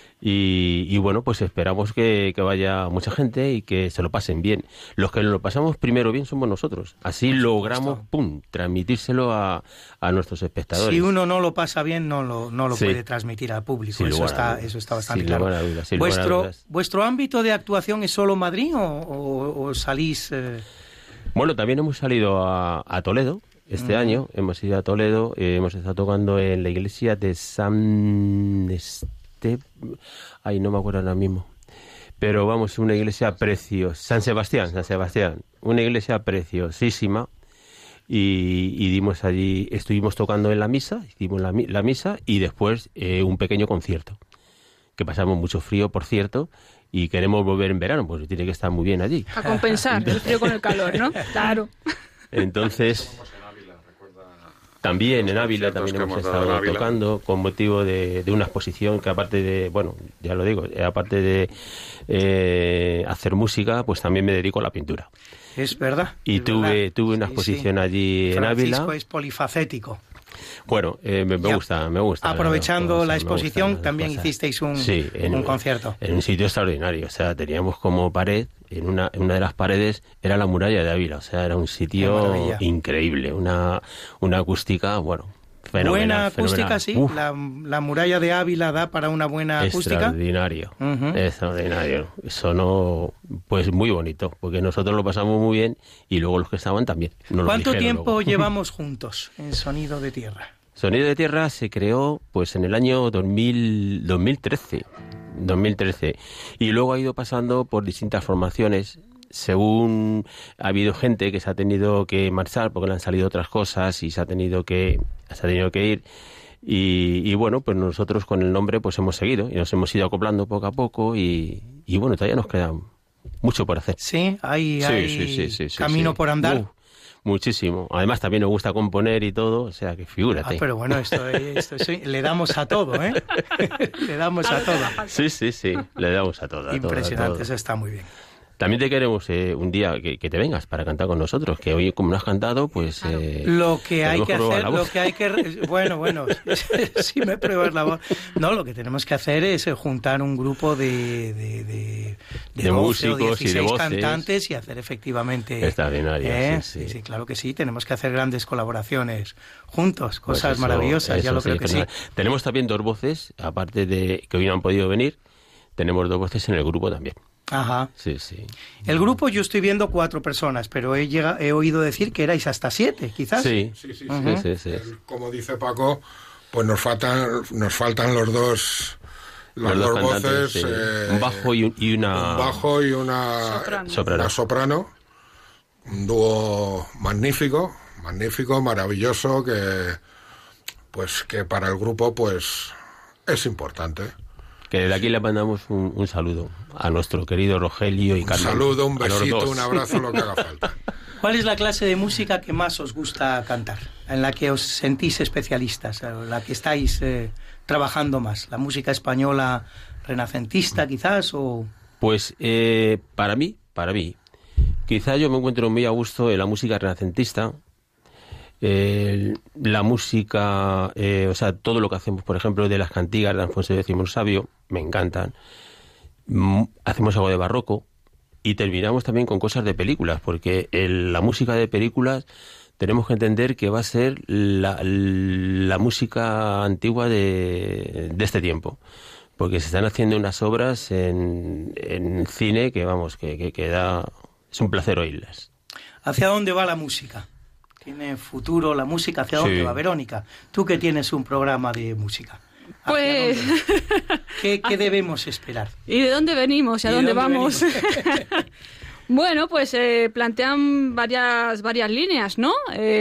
Y bueno, pues esperamos que vaya mucha gente y que se lo pasen bien. Los que lo pasamos primero bien somos nosotros. Así logramos, transmitírselo a nuestros espectadores. Si uno no lo pasa bien, no lo puede transmitir al público. Eso está bastante claro. ¿Vuestro ámbito de actuación es solo Madrid o salís...? Bueno, también hemos salido a Toledo. Este año hemos ido a Toledo, hemos estado tocando en la iglesia de San... Ay, no me acuerdo ahora mismo. Pero vamos, una iglesia preciosa. San Sebastián. Una iglesia preciosísima. Y dimos allí, estuvimos tocando en la misa, hicimos la misa y después un pequeño concierto. Que pasamos mucho frío, por cierto, y queremos volver en verano, pues tiene que estar muy bien allí. A compensar el frío con el calor, ¿no? Claro. Entonces... También en Ávila también hemos estado tocando con motivo de una exposición que aparte de, bueno, ya lo digo, aparte de hacer música, pues también me dedico a la pintura. Es verdad. Y tuve una exposición allí en Ávila. Francisco es polifacético. Bueno, me gusta. Aprovechando la exposición, también hicisteis un concierto. En un sitio extraordinario, o sea, teníamos como pared, en una de las paredes era la muralla de Ávila, o sea, era un sitio increíble, una acústica, bueno, fenomenal. Buena acústica, sí. La muralla de Ávila da para una buena acústica. Extraordinario. Sonó, pues, muy bonito, porque nosotros lo pasamos muy bien y luego los que estaban también. ¿Cuánto tiempo llevamos juntos en Sonido de Tierra? Sonido de Tierra se creó, pues, en el año 2013. Y luego ha ido pasando por distintas formaciones. Según ha habido gente que se ha tenido que marchar porque le han salido otras cosas y se ha tenido que ir. Y bueno, pues nosotros con el nombre pues hemos seguido y nos hemos ido acoplando poco a poco y bueno, todavía nos queda mucho por hacer. Sí, hay camino por andar. Muchísimo. Además también nos gusta componer y todo, o sea que figúrate. Pero bueno, esto le damos a todo, ¿eh? Le damos a todo. Sí, le damos a todo. Impresionante, eso está muy bien. También te queremos un día que te vengas para cantar con nosotros, que hoy como no has cantado, pues... lo que hay que hacer, bueno, si me pruebas la voz. No, lo que tenemos que hacer es juntar un grupo de músicos o 16 y de voces, cantantes y hacer efectivamente... Extraordinario, sí, claro que sí, tenemos que hacer grandes colaboraciones juntos, cosas maravillosas, ya lo creo que sí. Tenemos también 2 voces, aparte de que hoy no han podido venir, tenemos 2 voces en el grupo también. Ajá. Sí. El grupo yo estoy viendo 4 personas, pero he oído decir que erais hasta 7, quizás. Sí. Como dice Paco, pues nos faltan los dos voces, sí. Un bajo y una soprano, un dúo magnífico, maravilloso, que para el grupo pues es importante. Que desde aquí le mandamos un saludo a nuestro querido Rogelio y Carmen. Un saludo, un a los besito, dos. un abrazo, lo que haga falta. ¿Cuál es la clase de música que más os gusta cantar? En la que os sentís especialistas, la que estáis trabajando más. ¿La música española renacentista quizás o...? Pues para mí, quizá yo me encuentro muy a gusto en la música renacentista, la música, o sea, todo lo que hacemos, por ejemplo, de las cantigas de Alfonso X el Sabio, me encantan. Hacemos algo de barroco y terminamos también con cosas de películas, porque la música de películas tenemos que entender que va a ser la música antigua de este tiempo. Porque se están haciendo unas obras en cine que, vamos, que da... Es un placer oírlas. ¿Hacia dónde va la música? ¿Tiene futuro la música? ¿Hacia dónde va? Verónica, tú que tienes un programa de música. Pues... ¿Qué debemos esperar? ¿Y de dónde venimos? ¿Y a dónde vamos? Bueno, pues plantean varias líneas, ¿no?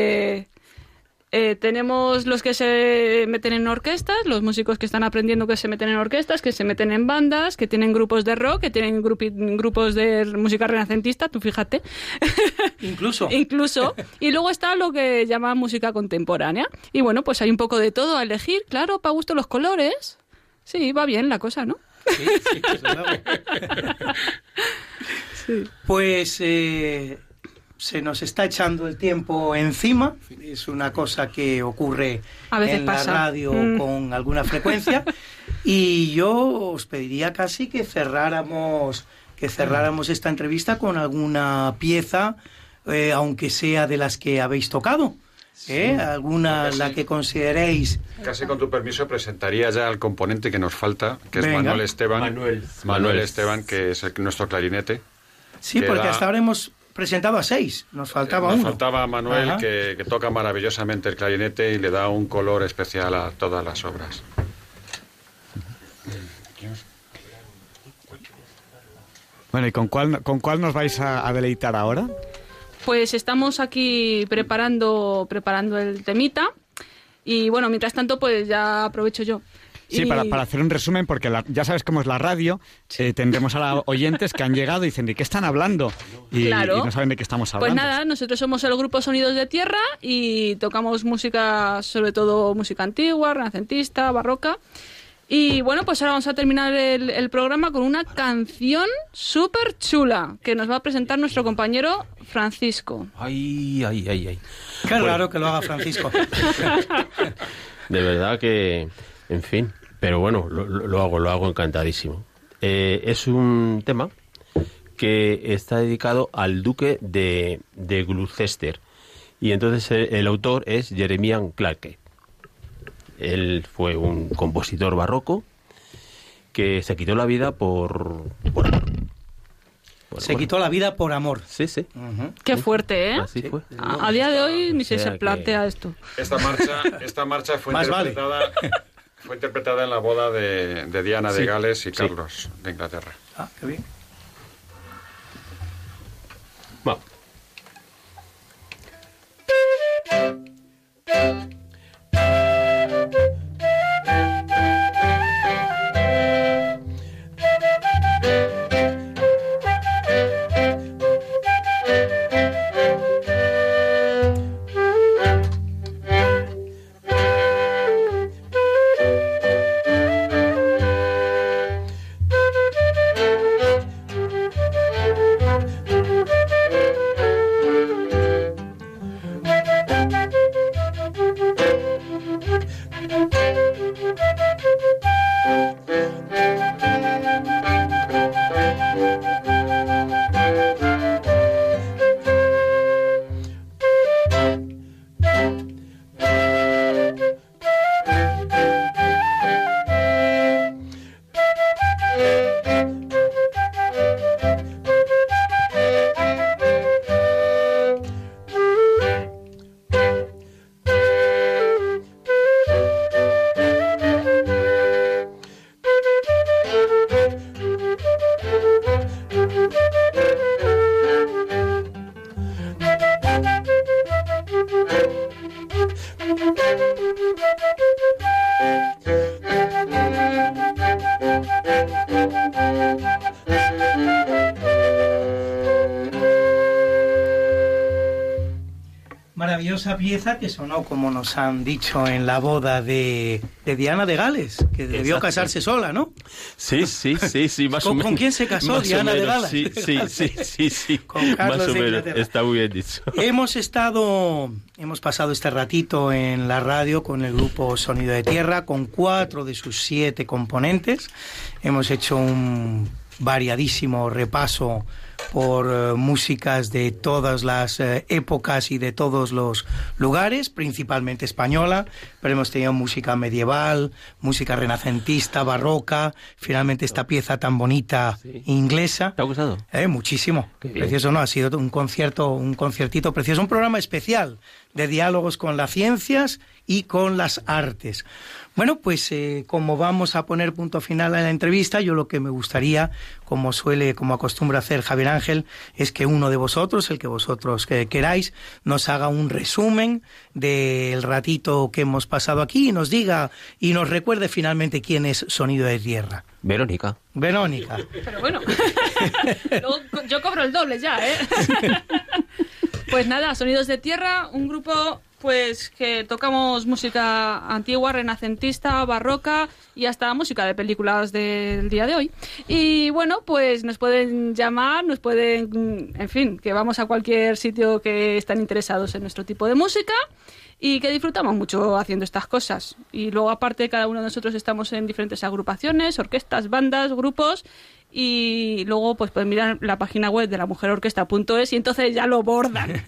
Tenemos los que se meten en orquestas, los músicos que están aprendiendo que se meten en orquestas, que se meten en bandas, que tienen grupos de rock, que tienen grupos de música renacentista, tú fíjate. Incluso. Y luego está lo que llaman música contemporánea. Y bueno, pues hay un poco de todo a elegir, claro, para gusto los colores. Sí, va bien la cosa, ¿no? Sí, desde luego. Sí. Pues... se nos está echando el tiempo encima, es una cosa que ocurre en la radio con alguna frecuencia, y yo os pediría casi que cerráramos esta entrevista con alguna pieza, aunque sea de las que habéis tocado, alguna la que consideréis. Casi con tu permiso presentaría ya al componente que nos falta, que es Manuel Esteban. Manuel Esteban, que es nuestro clarinete. Sí, porque hasta ahora hemos presentado a 6, nos faltaba uno. Nos faltaba Manuel, que toca maravillosamente el clarinete y le da un color especial a todas las obras. Bueno, ¿y con cuál nos vais a deleitar ahora? Pues estamos aquí preparando el temita y bueno, mientras tanto pues ya aprovecho yo. Sí, para hacer un resumen, porque ya sabes cómo es la radio, tendremos a oyentes que han llegado y dicen, ¿de qué están hablando? Y no saben de qué estamos hablando. Pues nada, nosotros somos el grupo Sonidos de Tierra y tocamos música, sobre todo música antigua, renacentista, barroca. Y bueno, pues ahora vamos a terminar el programa con una canción súper chula que nos va a presentar nuestro compañero Francisco. Ay. Qué raro que lo haga Francisco. De verdad que, en fin... Pero bueno, lo hago encantadísimo. Es un tema que está dedicado al duque de Gloucester. Y entonces el autor es Jeremiah Clarke. Él fue un compositor barroco que se quitó la vida por amor. Se quitó la vida por amor. Sí. Uh-huh. Qué fuerte, ¿eh? Así fue. A día de hoy ni se plantea esto. Esta marcha fue interpretada... Fue interpretada en la boda de Diana de Gales y Carlos de Inglaterra. Ah, qué bien. Va. maravillosa pieza que sonó, como nos han dicho, en la boda de Diana de Gales, que debió casarse sola, ¿no? Sí, más o menos. ¿Con quién se casó Diana de Gales? Sí. Con Carlos más o de menos, Inglaterra. está muy bien dicho. Hemos pasado este ratito en la radio con el grupo Sonido de Tierra, con 4 de sus 7 componentes. Hemos hecho un variadísimo repaso por músicas de todas las épocas y de todos los lugares, principalmente española, pero hemos tenido música medieval, música renacentista, barroca, finalmente esta pieza tan bonita inglesa. ¿Te ha gustado? Muchísimo. Precioso, ¿no? Ha sido un conciertito precioso, un programa especial de diálogos con las ciencias y con las artes. Bueno, pues como vamos a poner punto final a la entrevista, yo lo que me gustaría, como acostumbra hacer Javier Ángel, es que uno de vosotros, el que vosotros queráis, nos haga un resumen del ratito que hemos pasado aquí y nos diga y nos recuerde finalmente quién es Sonido de Tierra. Verónica. Pero bueno, luego yo cobro el doble ya, ¿eh? Pues nada, Sonidos de Tierra, un grupo pues que tocamos música antigua, renacentista, barroca y hasta música de películas del día de hoy. Y bueno, pues nos pueden llamar, en fin, que vamos a cualquier sitio que están interesados en nuestro tipo de música y que disfrutamos mucho haciendo estas cosas. Y luego aparte cada uno de nosotros estamos en diferentes agrupaciones, orquestas, bandas, grupos. Y luego pues pueden mirar la página web de lamujerorquesta.es y entonces ya lo bordan.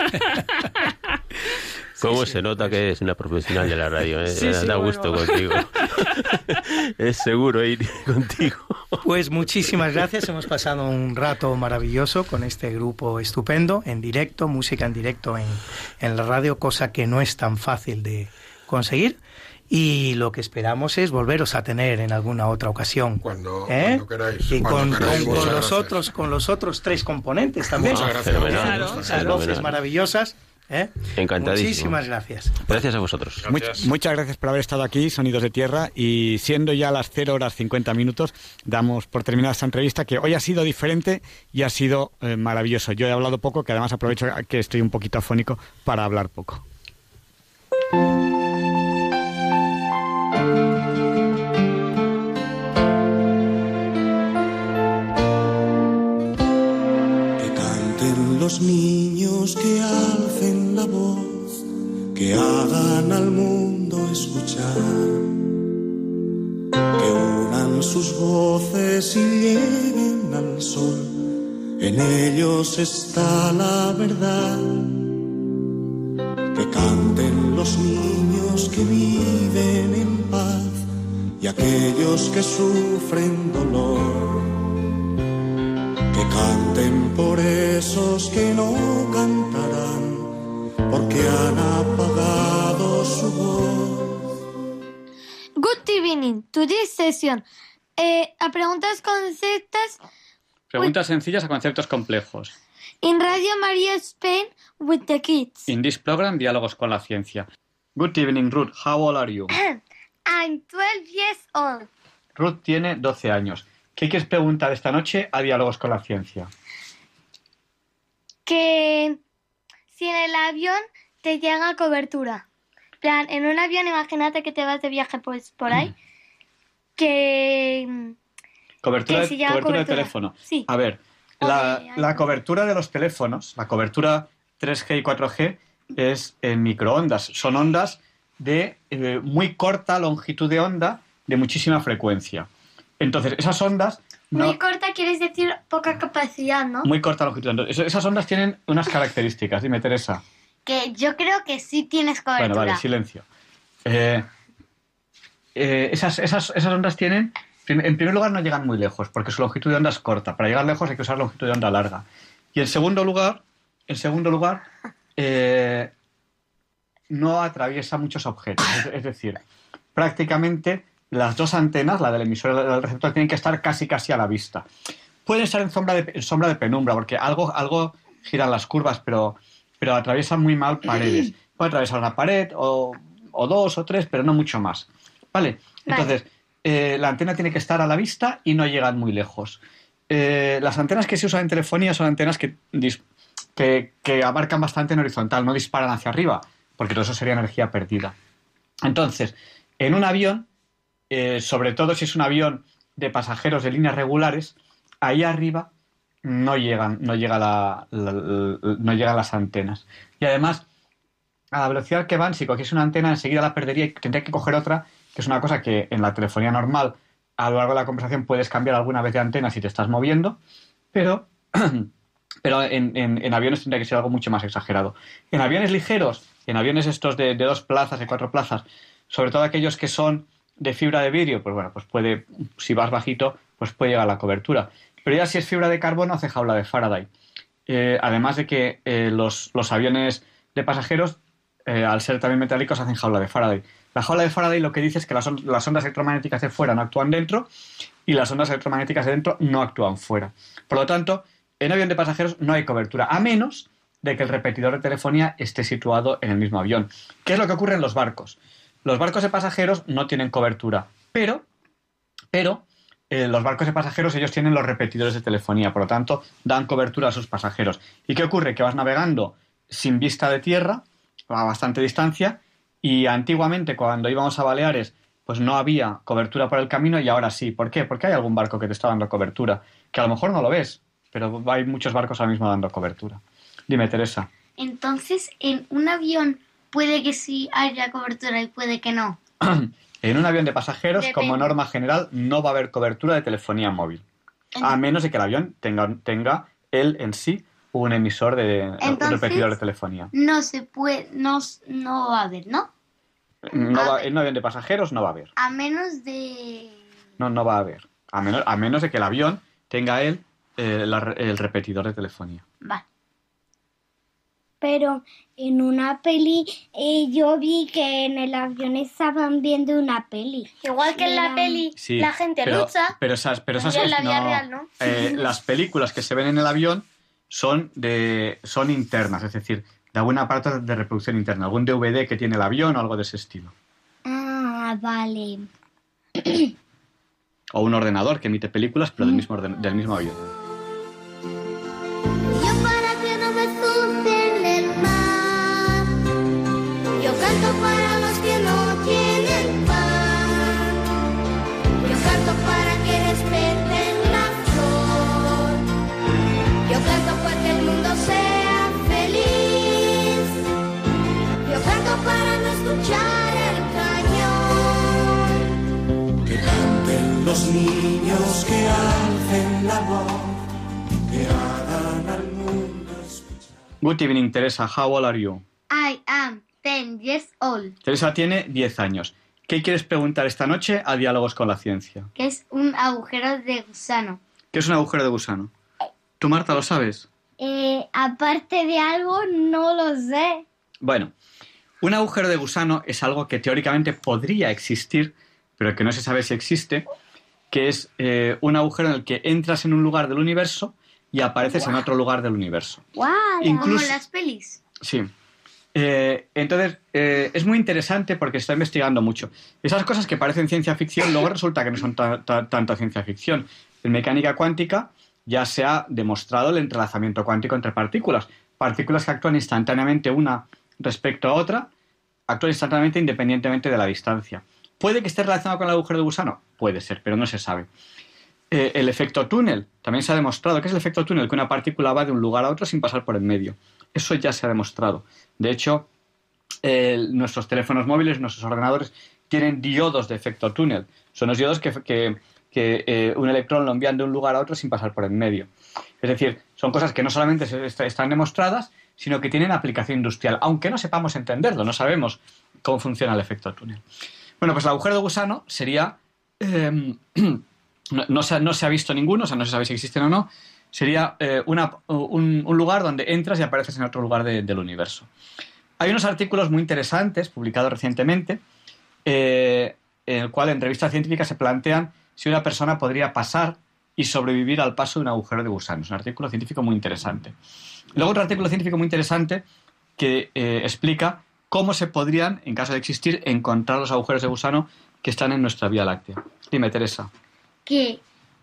¿Cómo se nota que es una profesional de la radio? Da gusto contigo. Es seguro ir contigo. Pues muchísimas gracias. Hemos pasado un rato maravilloso con este grupo estupendo, en directo, música en directo en la radio, cosa que no es tan fácil de conseguir. Y lo que esperamos es volveros a tener en alguna otra ocasión. Cuando queráis. Y con los otros 3 componentes también. Muchas gracias. Claro. Esas voces maravillosas. Encantadísimo. Muchísimas gracias. Gracias a vosotros. Muchas gracias por haber estado aquí, Sonidos de Tierra, y siendo ya las 0:50, damos por terminada esta entrevista, que hoy ha sido diferente y ha sido maravilloso. Yo he hablado poco, que además aprovecho que estoy un poquito afónico para hablar poco. Los niños que alcen la voz, que hagan al mundo escuchar, que unan sus voces y lleguen al sol, en ellos está la verdad. Que canten los niños que viven en paz y aquellos que sufren dolor. Que canten por esos que no cantarán, porque han apagado su voz. Good evening. Today's session. A preguntas conceptas. Preguntas sencillas a conceptos complejos. In Radio Maria Spain with the kids. In this program, Diálogos con la Ciencia. Good evening, Ruth. How old are you? I'm 12 years old. Ruth tiene 12 años. ¿Qué quieres preguntar esta noche a Diálogos con la Ciencia? Que si en el avión te llega cobertura. Plan, en un avión, imagínate que te vas de viaje pues por ahí. Cobertura si de teléfono. Sí. A ver, la cobertura de los teléfonos, la cobertura 3G y 4G es en microondas. Son ondas de muy corta longitud de onda, de muchísima frecuencia. Entonces, esas ondas... Muy corta quieres decir poca capacidad, ¿no? Muy corta longitud. Entonces, esas ondas tienen unas características. Dime, Teresa. Que yo creo que sí tienes cobertura. Bueno, vale, silencio. Esas ondas tienen... En primer lugar, no llegan muy lejos, porque su longitud de onda es corta. Para llegar lejos hay que usar longitud de onda larga. Y en segundo lugar, no atraviesa muchos objetos. Es decir, prácticamente las dos antenas, la del emisor y la del receptor, tienen que estar casi a la vista. Pueden estar en sombra de penumbra, porque algo giran las curvas, pero atraviesan muy mal paredes. Puede atravesar una pared o dos o tres, pero no mucho más. ¿Vale? Entonces, la antena tiene que estar a la vista y no llegan muy lejos. Las antenas que se usan en telefonía son antenas que que abarcan bastante en horizontal, no disparan hacia arriba, porque todo eso sería energía perdida. Entonces, en un avión, sobre todo si es un avión de pasajeros de líneas regulares, ahí arriba no llegan las antenas. Y además, a la velocidad que van, si cogiese una antena, enseguida la perdería y tendría que coger otra, que es una cosa que en la telefonía normal, a lo largo de la conversación, puedes cambiar alguna vez de antena si te estás moviendo, pero en aviones tendría que ser algo mucho más exagerado. En aviones ligeros, en aviones estos de 2 plazas, de 4 plazas, sobre todo aquellos que son de fibra de vidrio, pues bueno, pues puede, si vas bajito, pues puede llegar a la cobertura. Pero ya si es fibra de carbono, hace jaula de Faraday. Además de que los aviones de pasajeros, al ser también metálicos, hacen jaula de Faraday. La jaula de Faraday lo que dice es que las ondas electromagnéticas de fuera no actúan dentro y las ondas electromagnéticas de dentro no actúan fuera. Por lo tanto, en avión de pasajeros no hay cobertura, a menos de que el repetidor de telefonía esté situado en el mismo avión. ¿Qué es lo que ocurre en los barcos? Los barcos de pasajeros no tienen cobertura, pero los barcos de pasajeros ellos tienen los repetidores de telefonía, por lo tanto dan cobertura a sus pasajeros. ¿Y qué ocurre? Que vas navegando sin vista de tierra, a bastante distancia, y antiguamente cuando íbamos a Baleares pues no había cobertura por el camino y ahora sí. ¿Por qué? Porque hay algún barco que te está dando cobertura, que a lo mejor no lo ves, pero hay muchos barcos ahora mismo dando cobertura. Dime, Teresa. Entonces, en un avión puede que sí haya cobertura y puede que no. En un avión de pasajeros, Depende. como norma general, no va a haber cobertura de telefonía móvil. A menos de que el avión tenga él en sí un emisor de un repetidor de telefonía. No se puede, no va a haber, ¿no? En un avión de pasajeros no va a haber. A menos de... No va a haber. A menos de que el avión tenga él el repetidor de telefonía. Va. Pero en una peli yo vi que en el avión estaban viendo una peli. Igual que en la peli Sí, la gente lucha. Pero esas Y en la vida real, ¿no? Las películas que se ven en el avión son internas, es decir, de algún aparato de reproducción interna, algún DVD que tiene el avión o algo de ese estilo. Ah, vale. O un ordenador que emite películas, pero del mismo avión. Yo para que no me asusten el mar, yo canto para los que no tienen pan, yo canto para que respeten la flor, yo canto para que el mundo sea feliz, yo canto para no escuchar el cañón. Que canten los niños, que alcen la voz, que hagan al mundo escuchar. Good evening, Teresa. How old are you? I am 10 years old. Teresa tiene 10 años. ¿Qué quieres preguntar esta noche a Diálogos con la Ciencia? Que es un agujero de gusano. ¿Qué es un agujero de gusano? ¿Tú, Marta, lo sabes? Aparte de algo, no lo sé. Bueno, un agujero de gusano es algo que teóricamente podría existir, pero que no se sabe si existe, que es un agujero en el que entras en un lugar del universo y apareces en otro lugar del universo. ¡Guau! Incluso- Como las pelis. Sí. Entonces, es muy interesante porque se está investigando mucho. Esas cosas que parecen ciencia ficción, luego resulta que no son tanta ciencia ficción. En mecánica cuántica ya se ha demostrado el entrelazamiento cuántico entre partículas. Partículas que actúan instantáneamente una respecto a otra, actúan instantáneamente independientemente de la distancia. ¿Puede que esté relacionado con el agujero de gusano? Puede ser, pero no se sabe. El efecto túnel, también se ha demostrado. ¿Qué es el efecto túnel? Que una partícula va de un lugar a otro sin pasar por el medio. Eso ya se ha demostrado. De hecho, nuestros teléfonos móviles, nuestros ordenadores, tienen diodos de efecto túnel. Son los diodos que un electrón lo envían de un lugar a otro sin pasar por el medio. Es decir, son cosas que no solamente están demostradas, sino que tienen aplicación industrial, aunque no sepamos entenderlo, no sabemos cómo funciona el efecto túnel. Bueno, pues el agujero de gusano sería... no se ha visto ninguno, o sea, no se sabe si existen o no. Sería un lugar donde entras y apareces en otro lugar del universo. Hay unos artículos muy interesantes publicados recientemente en el cual en revistas científicas se plantean si una persona podría pasar y sobrevivir al paso de un agujero de gusano. Es un artículo científico muy interesante. Luego otro artículo científico muy interesante que explica cómo se podrían, en caso de existir, encontrar los agujeros de gusano que están en nuestra Vía Láctea. Dime, Teresa. Que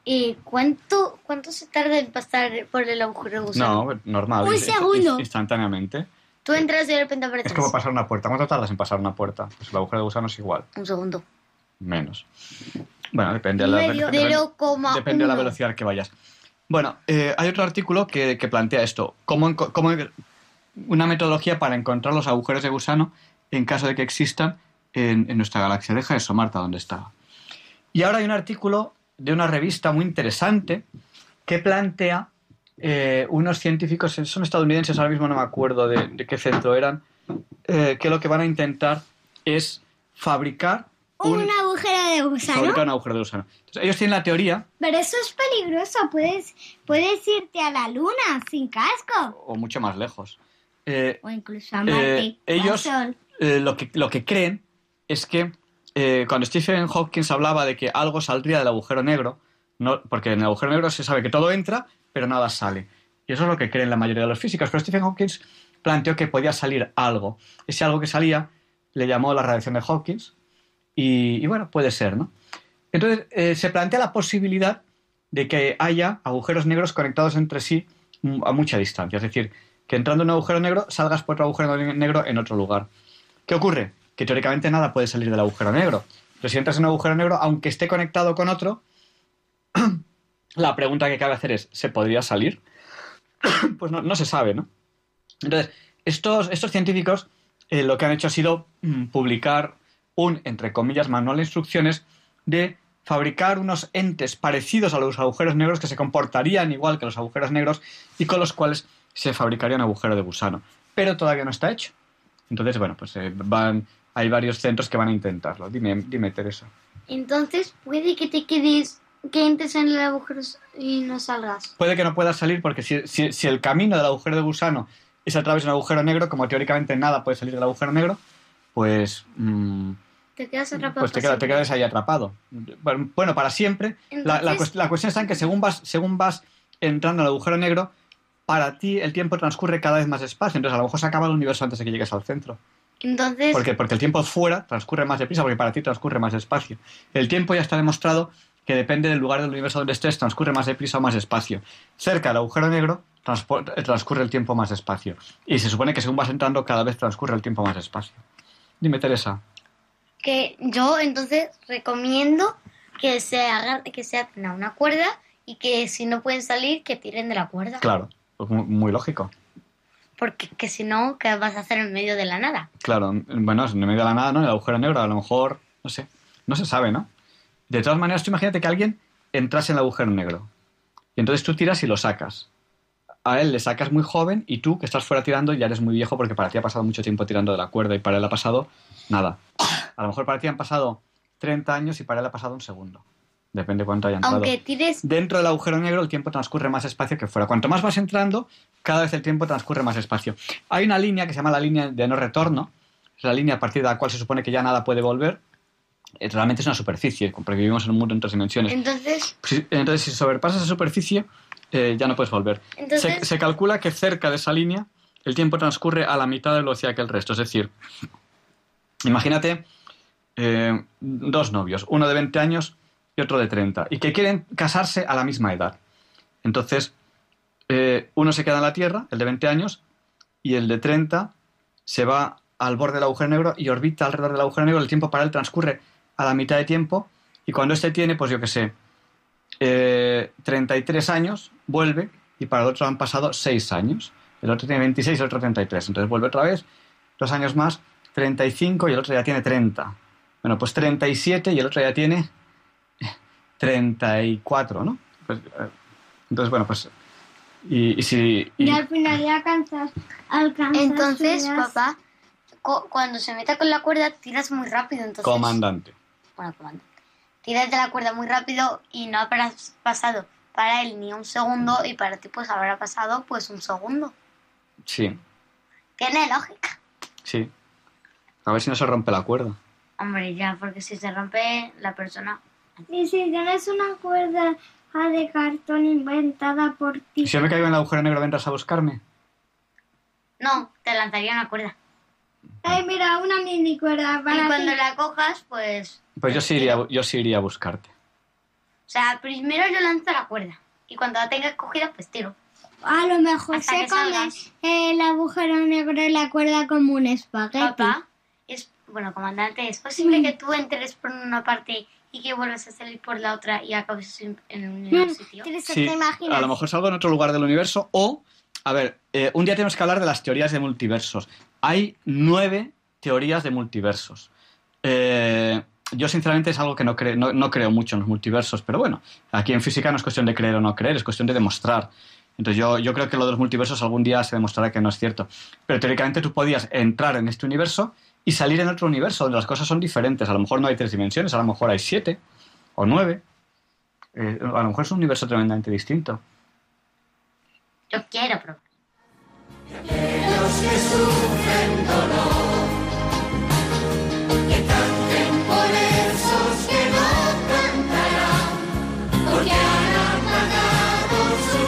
¿Y cuánto se tarda en pasar por el agujero de gusano? No, normal. Un segundo. Instantáneamente. Tú entras y de repente apareces. Es como pasar una puerta. ¿Cuánto tardas en pasar una puerta? Pues el agujero de gusano es igual. Un segundo. Menos. Bueno, depende de Depende de la velocidad que vayas. Bueno, hay otro artículo que plantea esto. Cómo una metodología para encontrar los agujeros de gusano en caso de que existan en nuestra galaxia. Deja eso, Marta, donde estaba. Y ahora hay un artículo de una revista muy interesante que plantea unos científicos, son estadounidenses, ahora mismo no me acuerdo de qué centro eran, que lo que van a intentar es fabricar un agujero de gusano. Fabricar un agujero de gusano. Entonces, ellos tienen la teoría... Pero eso es peligroso, puedes irte a la luna sin casco. O mucho más lejos. O incluso a Marte. Ellos lo que creen es que cuando Stephen Hawking hablaba de que algo saldría del agujero negro, porque en el agujero negro se sabe que todo entra, pero nada sale. Y eso es lo que creen la mayoría de los físicos. Pero Stephen Hawking planteó que podía salir algo. Ese algo que salía le llamó la radiación de Hawking. Y bueno, puede ser, ¿no? Entonces, se plantea la posibilidad de que haya agujeros negros conectados entre sí a mucha distancia. Es decir, que entrando en un agujero negro salgas por otro agujero negro en otro lugar. ¿Qué ocurre? Que teóricamente nada puede salir del agujero negro. Pero si entras en un agujero negro, aunque esté conectado con otro, la pregunta que cabe hacer es, ¿se podría salir? Pues no se sabe, ¿no? Entonces, estos científicos lo que han hecho ha sido publicar un, entre comillas, manual de instrucciones de fabricar unos entes parecidos a los agujeros negros que se comportarían igual que los agujeros negros y con los cuales se fabricaría un agujero de gusano. Pero todavía no está hecho. Entonces, bueno, pues hay varios centros que van a intentarlo. Dime, Teresa. Entonces, ¿puede que te quedes, que entres en el agujero y no salgas? Puede que no puedas salir porque si el camino del agujero de gusano es a través de un agujero negro, como teóricamente nada puede salir del agujero negro, pues... te quedas atrapado. Pues te quedas ahí atrapado. Bueno, para siempre. Entonces... La cuestión está en que según vas entrando al agujero negro, para ti el tiempo transcurre cada vez más despacio. Entonces a lo mejor se acaba el universo antes de que llegues al centro. Entonces... Porque el tiempo fuera transcurre más deprisa, porque para ti transcurre más despacio. El tiempo ya está demostrado que depende del lugar del universo donde estés, transcurre más deprisa o más despacio. Cerca del agujero negro transcurre el tiempo más despacio. Y se supone que según vas entrando cada vez transcurre el tiempo más despacio. Dime, Teresa. Que yo entonces recomiendo que se aten a una cuerda y que si no pueden salir, que tiren de la cuerda. Claro, pues muy lógico. Porque que si no, ¿qué vas a hacer en medio de la nada? Claro, bueno, en medio de la nada, ¿no? En el agujero negro, a lo mejor, no sé, no se sabe, ¿no? De todas maneras, tú imagínate que alguien entrase en el agujero negro y entonces tú tiras y lo sacas. A él le sacas muy joven y tú, que estás fuera tirando, ya eres muy viejo porque para ti ha pasado mucho tiempo tirando de la cuerda y para él ha pasado nada. A lo mejor para ti han pasado 30 años y para él ha pasado un segundo. Depende cuánto haya entrado. Aunque tires... Dentro del agujero negro el tiempo transcurre más despacio que fuera. Cuanto más vas entrando, cada vez el tiempo transcurre más despacio. Hay una línea que se llama la línea de no retorno. Es la línea a partir de la cual se supone que ya nada puede volver. Realmente es una superficie, porque vivimos en un mundo en 3 dimensiones. Entonces, si sobrepasas esa superficie, ya no puedes volver. Entonces... Se calcula que cerca de esa línea el tiempo transcurre a la mitad de velocidad que el resto. Es decir, imagínate 2 novios, uno de 20 años y otro de 30, y que quieren casarse a la misma edad. Entonces, uno se queda en la Tierra, el de 20 años, y el de 30 se va al borde del agujero negro y orbita alrededor del agujero negro. El tiempo para él transcurre a la mitad de tiempo, y cuando este tiene, pues yo qué sé, 33 años, vuelve, y para el otro han pasado 6 años. El otro tiene 26 y el otro 33. Entonces vuelve otra vez, 2 años más, 35 y el otro ya tiene 30. Bueno, pues 37 y el otro ya tiene 34, ¿no? Pues, entonces, bueno, pues... Y al final ya alcanzas. Entonces, papá, cuando se meta con la cuerda, tiras muy rápido. Entonces... Comandante. Bueno, comandante. Tiras de la cuerda muy rápido y no habrás pasado para él ni un segundo y para ti pues habrá pasado pues un segundo. Sí. Tiene lógica. Sí. A ver si no se rompe la cuerda. Hombre, ya, porque si se rompe la persona... Y si tienes una cuerda de cartón inventada por ti... ¿Y si yo me caigo en el agujero negro, vendrás a buscarme? No, te lanzaría una cuerda. Ay, mira, una mini cuerda para y cuando ti. la cojas, pues... Pues yo sí iría a buscarte. O sea, primero yo lanzo la cuerda y cuando la tenga cogida, pues tiro. A lo mejor Hasta se que come salgas. el agujero negro y la cuerda como un espagueti. Papá, comandante, ¿es posible que tú entres por una parte y que vuelvas a salir por la otra y acabes en un mismo sitio? Sí, a lo mejor salgo en otro lugar del universo o, a ver, un día tenemos que hablar de las teorías de multiversos. Hay 9 teorías de multiversos. Yo sinceramente es algo que no creo mucho en los multiversos, pero bueno, aquí en física no es cuestión de creer o no creer, es cuestión de demostrar. Entonces yo creo que lo de los multiversos algún día se demostrará que no es cierto. Pero teóricamente tú podías entrar en este universo y salir en otro universo donde las cosas son diferentes. A lo mejor no hay 3 dimensiones, a lo mejor hay 7 o 9. A lo mejor es un universo tremendamente distinto. Yo quiero probar. Aquellos que sufren dolor, que canten por esos que no cantarán, porque han apagado su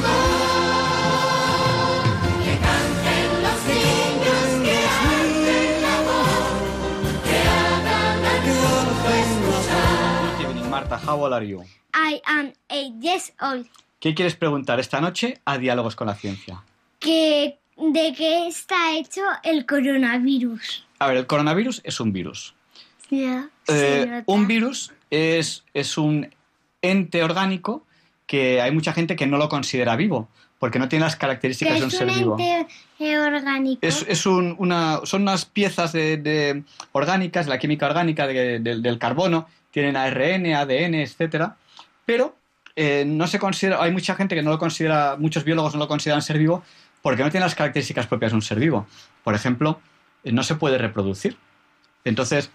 voz. Que canten los niños que hacen amor, que hagan la luz escuchar. Good evening, Marta. How old are you? I am 8 years old. ¿Qué quieres preguntar esta noche a Diálogos con la Ciencia? ¿De qué está hecho el coronavirus? A ver, el coronavirus es un virus. Ya, Un virus es un ente orgánico que hay mucha gente que no lo considera vivo, porque no tiene las características de un ser vivo. ¿Qué es un ente orgánico? Son unas piezas orgánicas, la química orgánica del carbono, tienen ARN, ADN, etcétera, pero no se considera, hay mucha gente que no lo considera, muchos biólogos no lo consideran ser vivo porque no tiene las características propias de un ser vivo. Por ejemplo, no se puede reproducir. Entonces,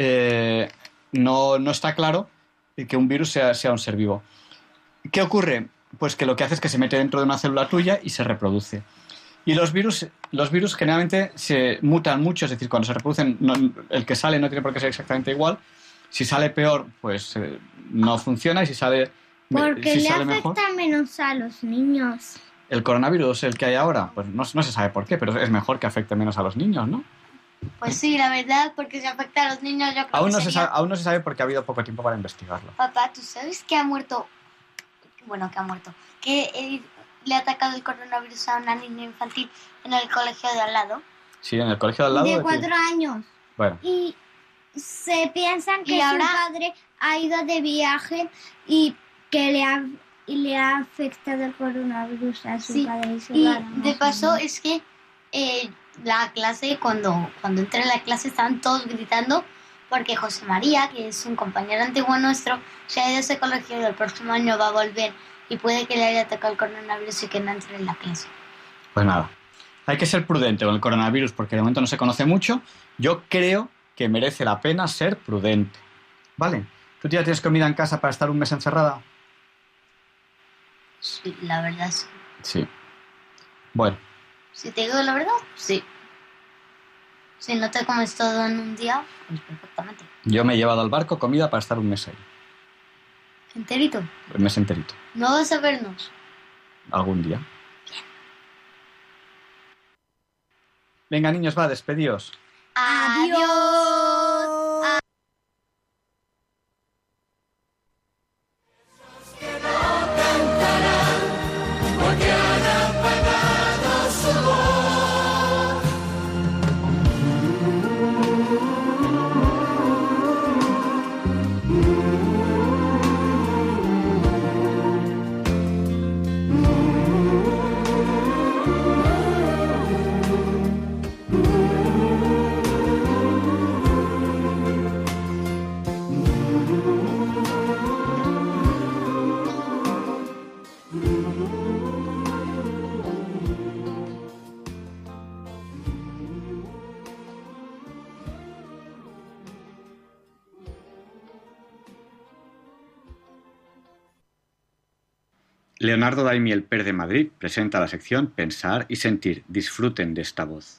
no está claro que un virus sea un ser vivo. ¿Qué ocurre? Pues que lo que hace es que se mete dentro de una célula tuya y se reproduce. Y los virus generalmente se mutan mucho, es decir, cuando se reproducen, el que sale no tiene por qué ser exactamente igual. Si sale peor, pues no funciona, y si sale Porque si le sale afecta mejor. menos a los niños. El coronavirus, el que hay ahora, pues no se sabe por qué, pero es mejor que afecte menos a los niños, ¿no? Pues sí, la verdad, porque si afecta a los niños, yo creo Aún que no sería... aún no se sabe porque ha habido poco tiempo para investigarlo. Papá, ¿tú sabes que ha muerto? Bueno, que ha muerto. Que le ha atacado el coronavirus a una niña infantil en el colegio de al lado. Sí, en el colegio de al lado. De 4 años. Bueno, Y se piensan que Y su ahora- padre ha ido de viaje y que le ha afectado el coronavirus a su Sí, padre. su y hermano, de su paso hermano. es que la clase, cuando entré en la clase, estaban todos gritando porque José María, que es un compañero antiguo nuestro, se ha ido a ese colegio y el próximo año va a volver y puede que le haya atacado el coronavirus y que no entre en la clase. pues nada. Hay que ser prudente con el coronavirus porque de momento no se conoce mucho. Yo creo que merece la pena ser prudente. ¿Vale? ¿Tú ya tienes comida en casa para estar un mes encerrada? Sí, la verdad sí. Sí. Bueno, Si te digo la verdad, sí. Si no te comes todo en un día, pues perfectamente. yo me he llevado al barco comida para estar un mes ahí. Enterito. Un mes enterito. No vas a vernos. Algún día. Venga, niños, va, despedíos. Adiós. Porque han apagado su voz. Leonardo Daimiel Per de Madrid presenta la sección Pensar y Sentir. Disfruten de esta voz.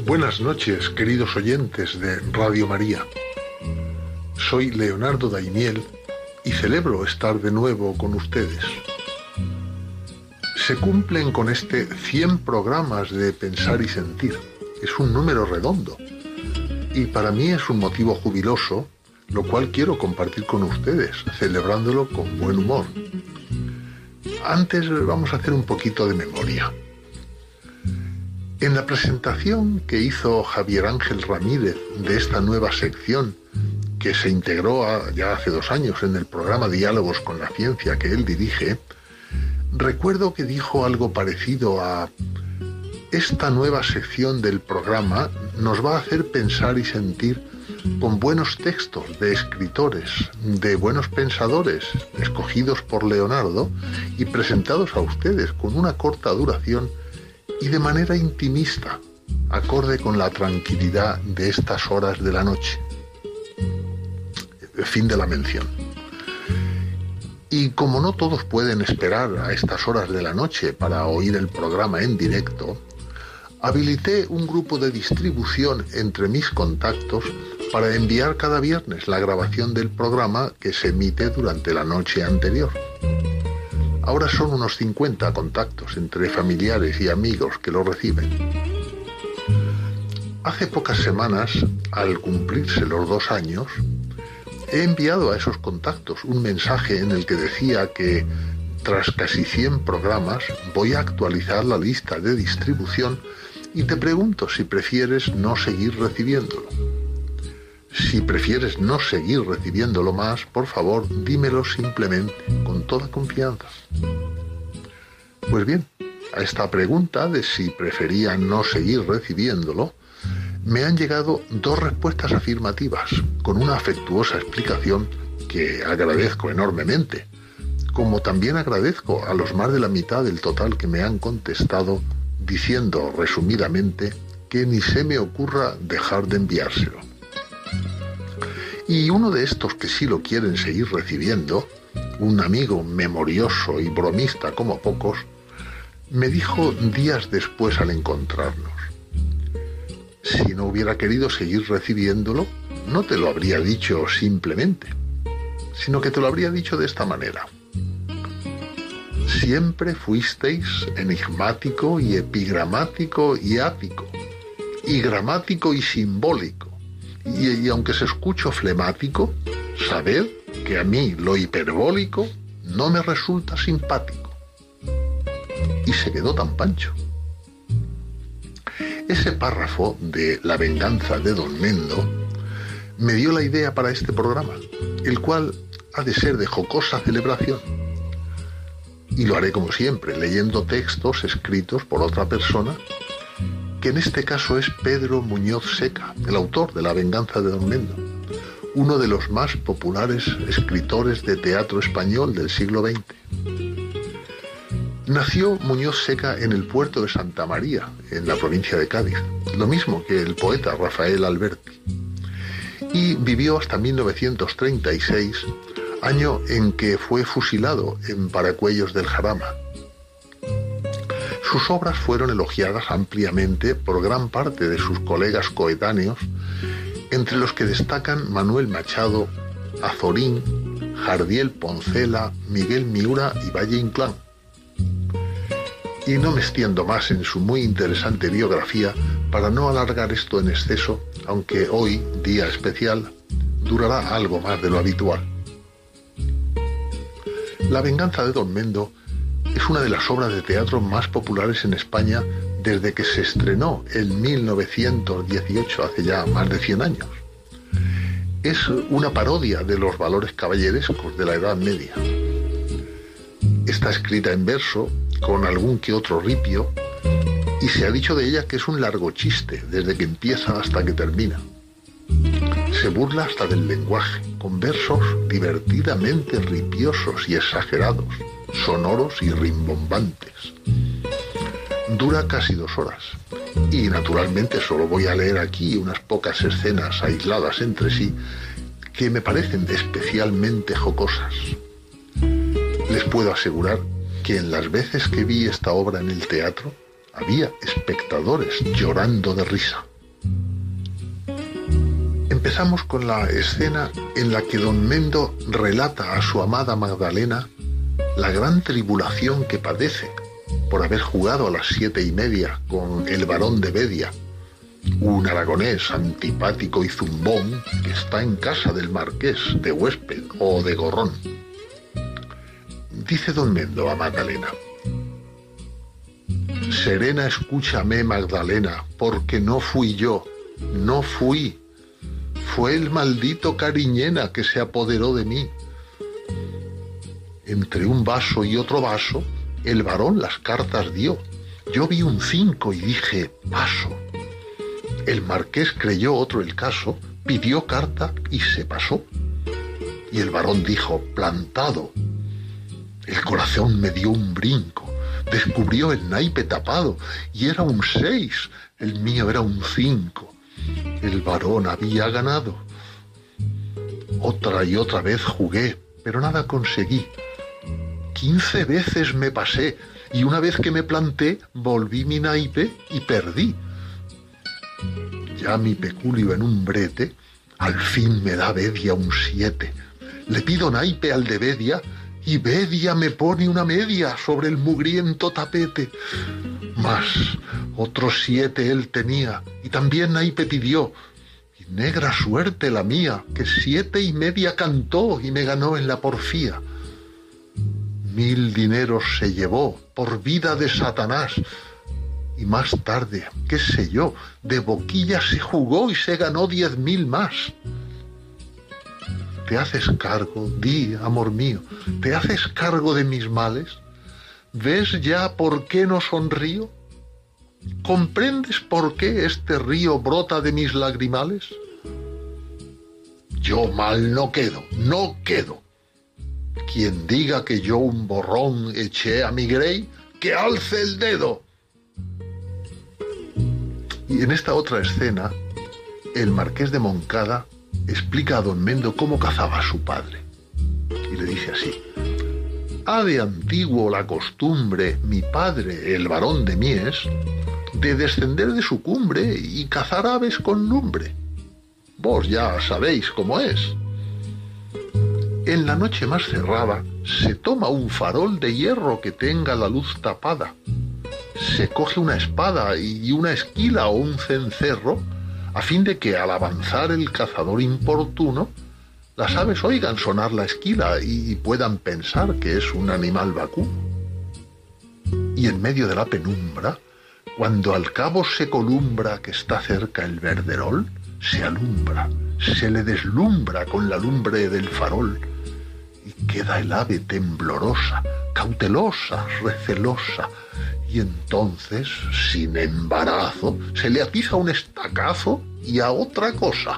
Buenas noches, queridos oyentes de Radio María. Soy Leonardo Daimiel y celebro estar de nuevo con ustedes. Se cumplen con este 100 programas de Pensar y Sentir. Es un número redondo y para mí es un motivo jubiloso, lo cual quiero compartir con ustedes, celebrándolo con buen humor. Antes vamos a hacer un poquito de memoria. En la presentación que hizo Javier Ángel Ramírez de esta nueva sección, que se integró ya hace 2 años en el programa Diálogos con la Ciencia que él dirige, recuerdo que dijo algo parecido a: esta nueva sección del programa nos va a hacer pensar y sentir con buenos textos de escritores, de buenos pensadores, escogidos por Leonardo y presentados a ustedes con una corta duración y de manera intimista, acorde con la tranquilidad de estas horas de la noche. Fin de la mención. Y como no todos pueden esperar a estas horas de la noche para oír el programa en directo, habilité un grupo de distribución entre mis contactos para enviar cada viernes la grabación del programa que se emite durante la noche anterior. Ahora son unos 50 contactos entre familiares y amigos que lo reciben. Hace pocas semanas, al cumplirse los 2 años, he enviado a esos contactos un mensaje en el que decía que, tras casi 100 programas, voy a actualizar la lista de distribución y te pregunto si prefieres no seguir recibiéndolo. Si prefieres no seguir recibiéndolo más, por favor, dímelo simplemente, con toda confianza. Pues bien, a esta pregunta de si prefería no seguir recibiéndolo, me han llegado 2 respuestas afirmativas, con una afectuosa explicación que agradezco enormemente, como también agradezco a los más de la mitad del total que me han contestado, diciendo resumidamente que ni se me ocurra dejar de enviárselo. Y uno de estos que sí lo quieren seguir recibiendo, un amigo memorioso y bromista como pocos, me dijo días después al encontrarnos: si no hubiera querido seguir recibiéndolo, no te lo habría dicho simplemente, sino que te lo habría dicho de esta manera: siempre fuisteis enigmático y epigramático y ático, y gramático y simbólico, y aunque se escucho flemático, sabed que a mí lo hiperbólico no me resulta simpático. Y se quedó tan pancho. Ese párrafo de La venganza de Don Mendo me dio la idea para este programa, el cual ha de ser de jocosa celebración. Y lo haré como siempre, leyendo textos escritos por otra persona, que en este caso es Pedro Muñoz Seca, el autor de La venganza de Don Mendo, uno de los más populares escritores de teatro español del siglo XX. Nació Muñoz Seca en el puerto de Santa María, en la provincia de Cádiz, lo mismo que el poeta Rafael Alberti, y vivió hasta 1936, año en que fue fusilado en Paracuellos del Jarama. Sus obras fueron elogiadas ampliamente por gran parte de sus colegas coetáneos, entre los que destacan Manuel Machado, Azorín, Jardiel Poncela, Miguel Miura y Valle Inclán. Y no me extiendo más en su muy interesante biografía para no alargar esto en exceso, aunque hoy, día especial, durará algo más de lo habitual. La venganza de Don Mendo es una de las obras de teatro más populares en España desde que se estrenó en 1918, hace ya más de 100 años. Es una parodia de los valores caballerescos de la Edad Media. Está escrita en verso, con algún que otro ripio, y se ha dicho de ella que es un largo chiste, desde que empieza hasta que termina. Se burla hasta del lenguaje, con versos divertidamente ripiosos y exagerados, sonoros y rimbombantes. Dura casi 2 horas, y naturalmente solo voy a leer aquí unas pocas escenas aisladas entre sí que me parecen especialmente jocosas. Les puedo asegurar que en las veces que vi esta obra en el teatro había espectadores llorando de risa. Empezamos con la escena en la que don Mendo relata a su amada Magdalena la gran tribulación que padece por haber jugado a las 7:30 con el barón de Bedia, un aragonés antipático y zumbón que está en casa del marqués de huésped o de gorrón. Dice don Mendo a Magdalena: serena, escúchame, Magdalena, porque no fui yo, no fui. Fue el maldito Cariñena que se apoderó de mí. Entre un vaso y otro vaso, el varón las cartas dio. Yo vi un 5 y dije, paso. El marqués creyó otro el caso, pidió carta y se pasó. Y el varón dijo, plantado. El corazón me dio un brinco, descubrió el naipe tapado y era un 6, el mío era un 5. El varón había ganado. Otra y otra vez jugué, pero nada conseguí. 15 veces me pasé y una vez que me planté volví mi naipe y perdí. Ya mi peculio en un brete, al fin me da Bedia un 7. Le pido naipe al de Bedia y Bedia me pone una media sobre el mugriento tapete. Mas otros 7 él tenía y también naipe pidió. Y negra suerte la mía, que 7:30 cantó y me ganó en la porfía. 1000 dineros se llevó por vida de Satanás. Y más tarde, qué sé yo, de boquilla se jugó y se ganó 10.000 más. ¿Te haces cargo, di, amor mío, te haces cargo de mis males? ¿Ves ya por qué no sonrío? ¿Comprendes por qué este río brota de mis lagrimales? Yo mal no quedo, no quedo. Quien diga que yo un borrón eché a mi grey, que alce el dedo. Y en esta otra escena, el marqués de Moncada explica a don Mendo cómo cazaba a su padre. Y le dice así: ha de antiguo la costumbre, mi padre, el varón de Mies, de descender de su cumbre y cazar aves con lumbre. Vos ya sabéis cómo es. En la noche más cerrada se toma un farol de hierro que tenga la luz tapada. Se coge una espada y una esquila o un cencerro a fin de que al avanzar el cazador importuno las aves oigan sonar la esquila y puedan pensar que es un animal vacuno. Y en medio de la penumbra, cuando al cabo se columbra que está cerca el verderol, se alumbra, se le deslumbra con la lumbre del farol y queda el ave temblorosa, cautelosa, recelosa, y entonces, sin embarazo, se le atiza un estacazo y a otra cosa.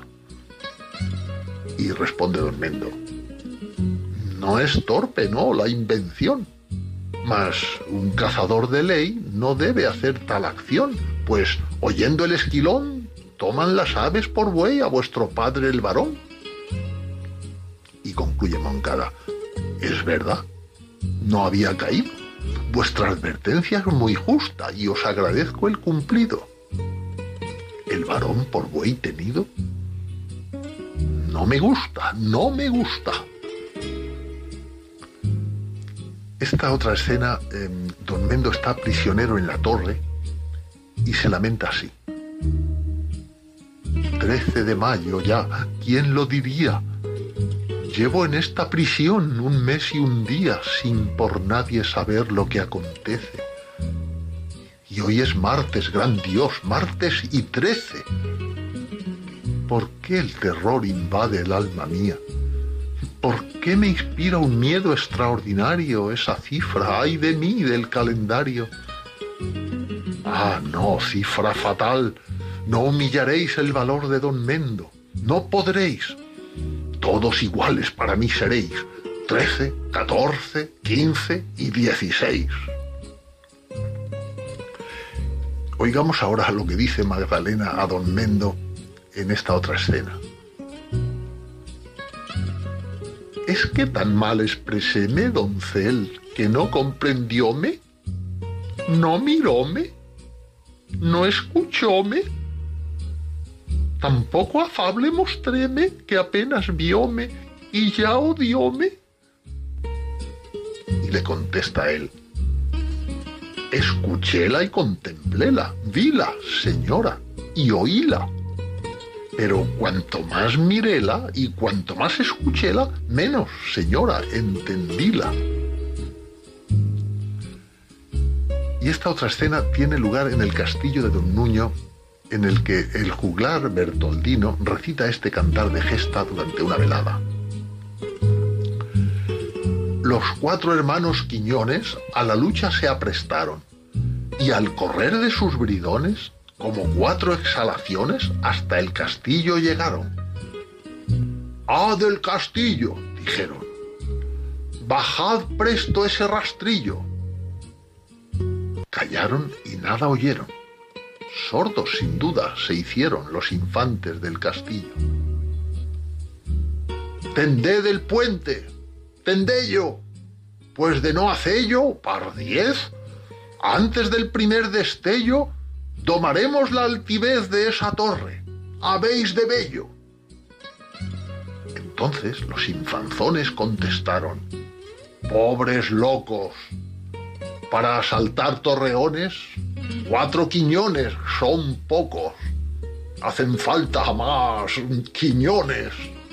Y responde don Mendo: no es torpe, no, la invención. Mas un cazador de ley no debe hacer tal acción, pues oyendo el esquilón, toman las aves por buey a vuestro padre el varón. Y concluye Moncada: es verdad, no había caído. Vuestra advertencia es muy justa y os agradezco el cumplido. El varón por buey tenido no me gusta, no me gusta. Esta otra escena, don Mendo está prisionero en la torre y se lamenta así: 13 de mayo ya, ¿quién lo diría? Llevo en esta prisión un mes y un día sin por nadie saber lo que acontece. Y hoy es martes, gran Dios, martes y 13. ¿Por qué el terror invade el alma mía? ¿Por qué me inspira un miedo extraordinario esa cifra, ay de mí, del calendario? Ah, no, cifra fatal, no humillaréis el valor de don Mendo, no podréis. Todos iguales para mí seréis, 13, 14, 15 y 16. Oigamos ahora lo que dice Magdalena a don Mendo en esta otra escena. ¿Es que tan mal expreséme, doncel, que no comprendióme? ¿No miróme? ¿No escuchóme? tampoco afable mostréme, que apenas vióme y ya odióme. Y le contesta él: escuchéla y contempléla, vila, señora, y oíla. Pero cuanto más miréla y cuanto más escuchéla, menos, señora, entendíla. Y esta otra escena tiene lugar en el castillo de Don Nuño, en el que el juglar Bertoldino recita este cantar de gesta durante una velada. Los 4 hermanos Quiñones a la lucha se aprestaron, y al correr de sus bridones, como 4 exhalaciones, hasta el castillo llegaron. ¡Ah, del castillo!, dijeron. ¡Bajad presto ese rastrillo! Callaron y nada oyeron. Sordos, sin duda, se hicieron los infantes del castillo. «Tended el puente, tendello, pues de no hacello, par 10, antes del primer destello, domaremos la altivez de esa torre. Habéis de bello». Entonces los infanzones contestaron: «Pobres locos, para asaltar torreones, 4 quiñones son pocos. Hacen falta más quiñones.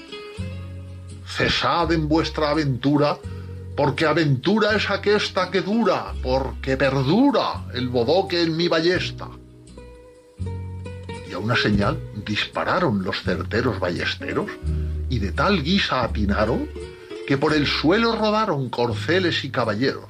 Cesad en vuestra aventura, porque aventura es aquesta que dura, porque perdura el bodoque en mi ballesta». Y a una señal dispararon los certeros ballesteros, y de tal guisa atinaron que por el suelo rodaron corceles y caballeros.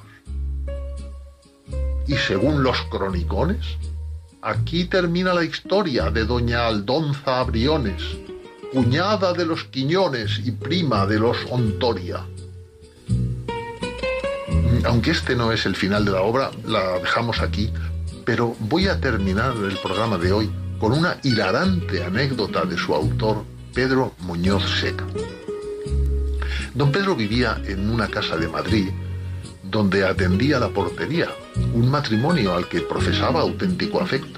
Y según los cronicones, aquí termina la historia de doña Aldonza Briones, cuñada de los Quiñones y prima de los Ontoria. Aunque este no es el final de la obra, la dejamos aquí, pero voy a terminar el programa de hoy con una hilarante anécdota de su autor, Pedro Muñoz Seca. Don Pedro vivía en una casa de Madrid donde atendía la portería, un matrimonio al que profesaba auténtico afecto.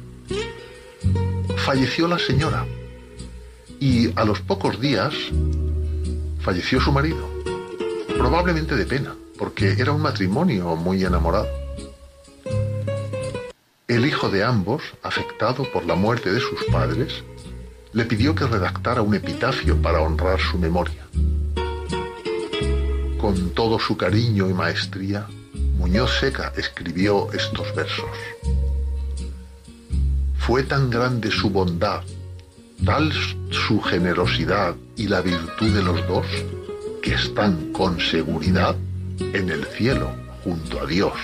Falleció la señora y a los pocos días falleció su marido, probablemente de pena, porque era un matrimonio muy enamorado. El hijo de ambos, afectado por la muerte de sus padres, le pidió que redactara un epitafio para honrar su memoria. Con todo su cariño y maestría, Muñoz Seca escribió estos versos. Fue tan grande su bondad, tal su generosidad y la virtud de los dos, que están con seguridad en el cielo junto a Dios.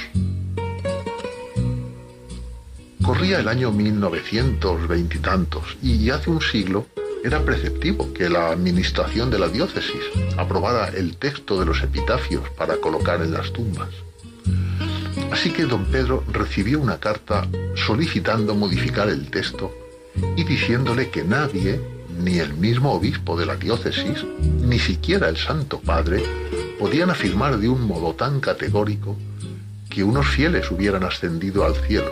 Corría el año 1920 y tantos, y hace un siglo era preceptivo que la administración de la diócesis aprobara el texto de los epitafios para colocar en las tumbas. Así que don Pedro recibió una carta solicitando modificar el texto y diciéndole que nadie, ni el mismo obispo de la diócesis, ni siquiera el Santo Padre, podían afirmar de un modo tan categórico que unos fieles hubieran ascendido al cielo.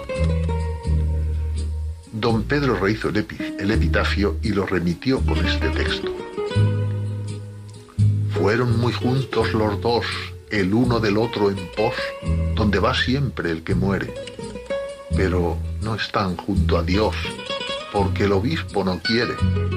Don Pedro rehizo el epitafio y lo remitió con este texto. Fueron muy juntos los dos, el uno del otro en pos, donde va siempre el que muere. Pero no están junto a Dios, porque el obispo no quiere.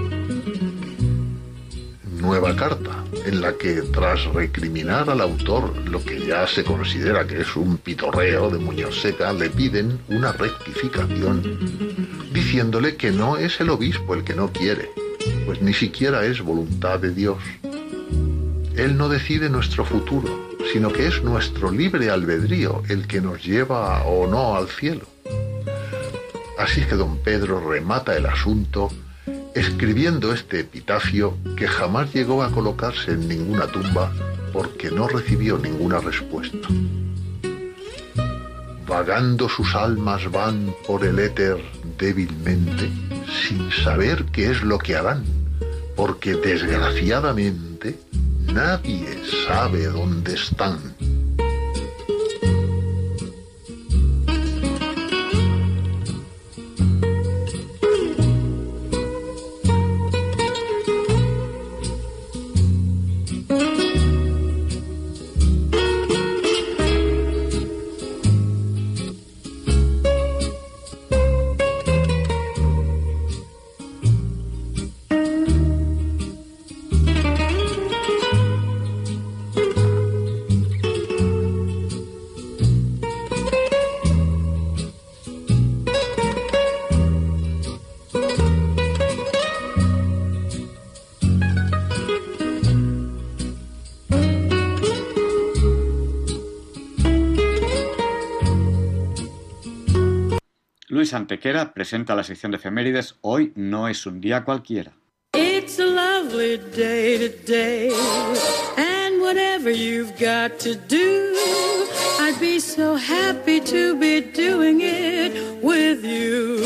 Nueva carta, en la que tras recriminar al autor lo que ya se considera que es un pitorreo de Muñoz Seca, le piden una rectificación, diciéndole que no es el obispo el que no quiere, pues ni siquiera es voluntad de Dios. Él no decide nuestro futuro, sino que es nuestro libre albedrío el que nos lleva o no al cielo. Así que don Pedro remata el asunto escribiendo este epitafio que jamás llegó a colocarse en ninguna tumba porque no recibió ninguna respuesta. Vagando sus almas van por el éter débilmente, sin saber qué es lo que harán, porque desgraciadamente nadie sabe dónde están. Luis Antequera presenta la sección de efemérides. Hoy no es un día cualquiera. It's a lovely day today, and whatever you've got to do, I'd be so happy to be doing it with you.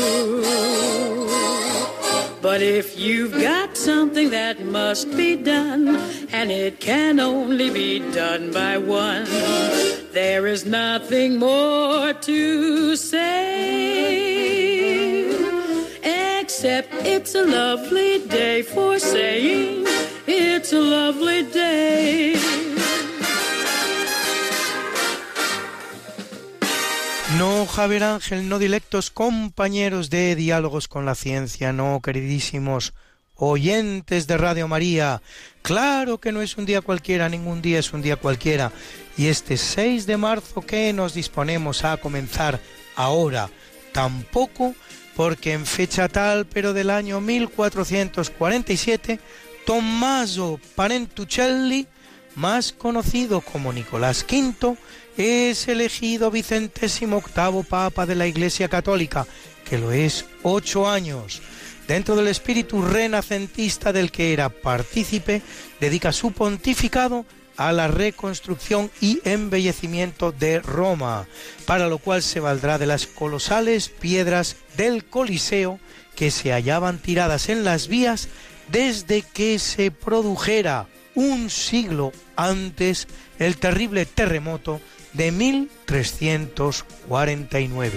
But if you've got something that must be done, and it can only be done by one, there is nothing more to say, except it's a lovely day for saying it's a lovely day. No, Javier Ángel, no, directos compañeros de Diálogos con la Ciencia, no, queridísimos oyentes de Radio María. Claro que no es un día cualquiera, ningún día es un día cualquiera. Y este 6 de marzo que nos disponemos a comenzar ahora, tampoco, porque en fecha tal, pero del año 1447, Tommaso Parentuccelli, más conocido como Nicolás V, es elegido 28º Papa de la Iglesia Católica, que lo es 8 años. Dentro del espíritu renacentista del que era partícipe, dedica su pontificado a la reconstrucción y embellecimiento de Roma, para lo cual se valdrá de las colosales piedras del Coliseo que se hallaban tiradas en las vías desde que se produjera un siglo antes el terrible terremoto de 1349.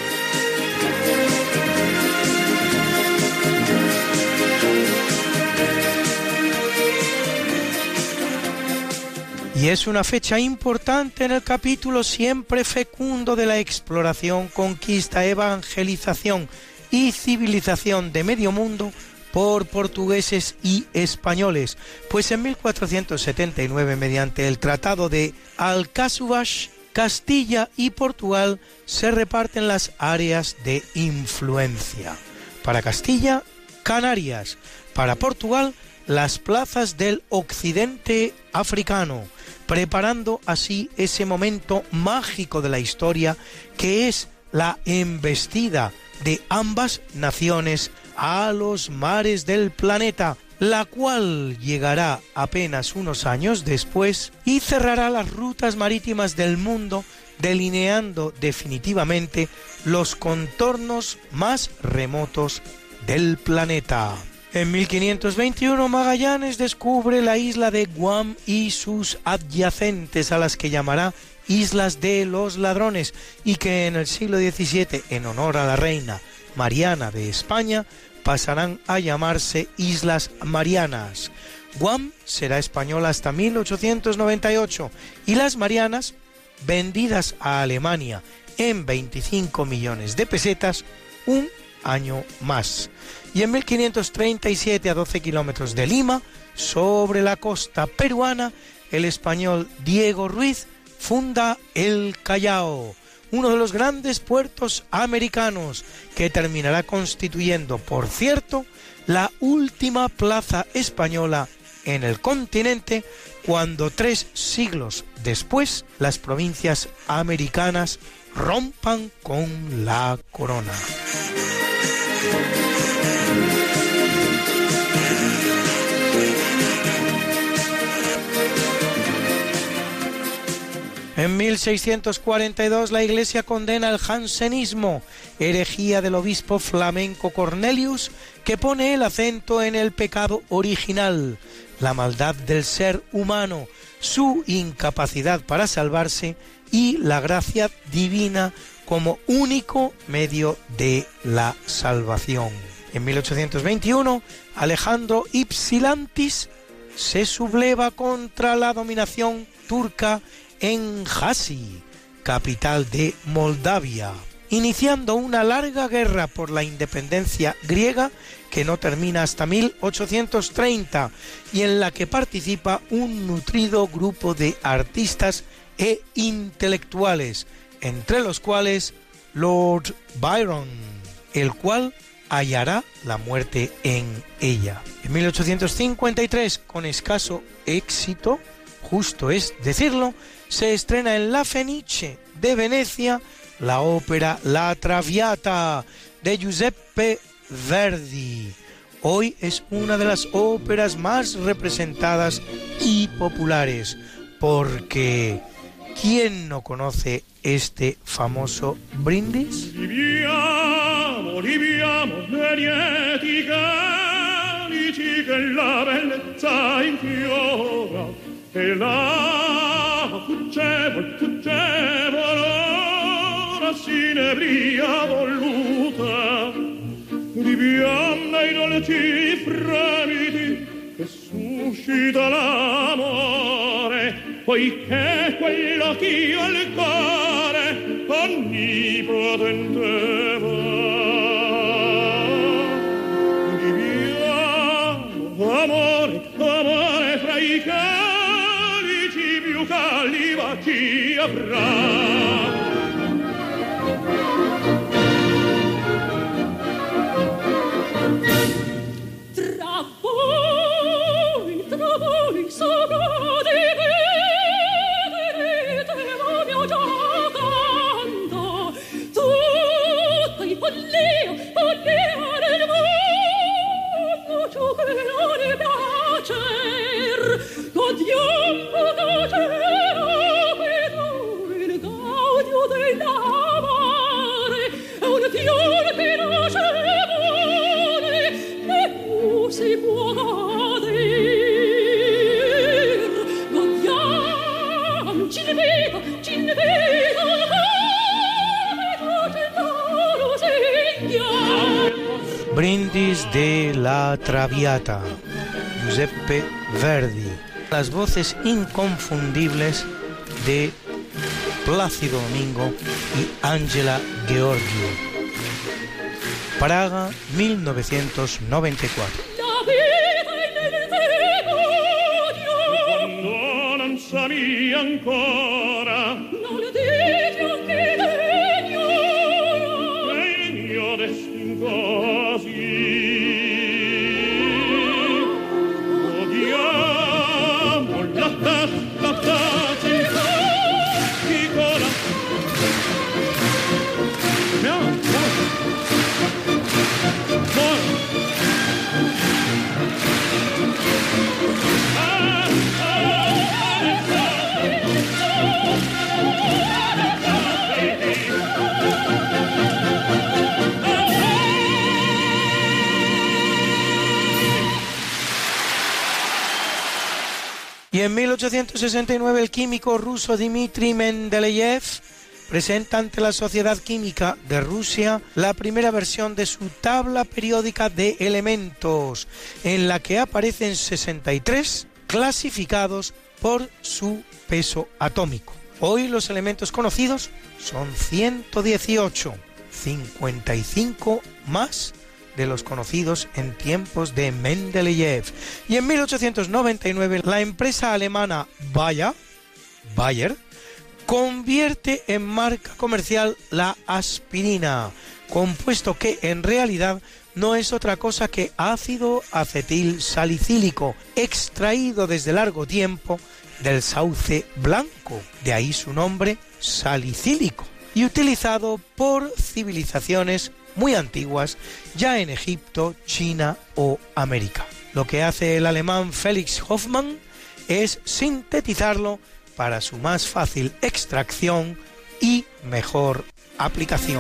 Y es una fecha importante en el capítulo siempre fecundo de la exploración, conquista, evangelización y civilización de medio mundo por portugueses y españoles, pues en 1479, mediante el Tratado de Alcáçovas, Castilla y Portugal se reparten las áreas de influencia. Para Castilla, Canarias; para Portugal, las plazas del occidente africano, preparando así ese momento mágico de la historia que es la embestida de ambas naciones a los mares del planeta, la cual llegará apenas unos años después y cerrará las rutas marítimas del mundo, delineando definitivamente los contornos más remotos del planeta. En 1521 Magallanes descubre la isla de Guam y sus adyacentes, a las que llamará Islas de los Ladrones, y que en el siglo XVII, en honor a la reina Mariana de España, pasarán a llamarse Islas Marianas. Guam será española hasta 1898 y las Marianas, vendidas a Alemania en 25 millones de pesetas, un año más. Y en 1537, a 12 kilómetros de Lima, sobre la costa peruana, el español Diego Ruiz funda el Callao, uno de los grandes puertos americanos, que terminará constituyendo, por cierto, la última plaza española en el continente, cuando 3 siglos después las provincias americanas rompan con la corona. En 1642 la Iglesia condena el jansenismo, herejía del obispo flamenco Cornelius, que pone el acento en el pecado original, la maldad del ser humano, su incapacidad para salvarse y la gracia divina como único medio de la salvación. En 1821 Alejandro Ypsilantis se subleva contra la dominación turca en Hasi, capital de Moldavia, iniciando una larga guerra por la independencia griega que no termina hasta 1830 y en la que participa un nutrido grupo de artistas e intelectuales, entre los cuales Lord Byron, el cual hallará la muerte en ella. En 1853, con escaso éxito, justo es decirlo, se estrena en La Fenice de Venecia la ópera La Traviata de Giuseppe Verdi. Hoy es una de las óperas más representadas y populares, porque ¿quién no conoce este famoso brindis? Viviamo, negli calici che la bellezza infiora, e la fuggevol ora sinebria voluta. Viviamo nei dolci fremiti che suscita l'amore, poiché quello che io al cuore onnipotente va. Viviamo, amore, amore, fra i calici più caldi chi avrà. Brindis de La Traviata, Giuseppe Verdi. Las voces inconfundibles de Plácido Domingo y Angela Gheorghiu. Praga, 1994. Quando non savi ancora, non le dici anche degno, è il mio destino così. Odiamo la tacita piccola. Y en 1869 el químico ruso Dmitri Mendeleev presenta ante la Sociedad Química de Rusia la primera versión de su tabla periódica de elementos, en la que aparecen 63 clasificados por su peso atómico. Hoy los elementos conocidos son 118, 55 más de los conocidos en tiempos de Mendeleev. Y en 1899 la empresa alemana Bayer convierte en marca comercial la aspirina, compuesto que en realidad no es otra cosa que ácido acetil salicílico, extraído desde largo tiempo del sauce blanco, de ahí su nombre salicílico, y utilizado por civilizaciones muy antiguas, ya en Egipto, China o América. Lo que hace el alemán Felix Hoffmann es sintetizarlo para su más fácil extracción y mejor aplicación.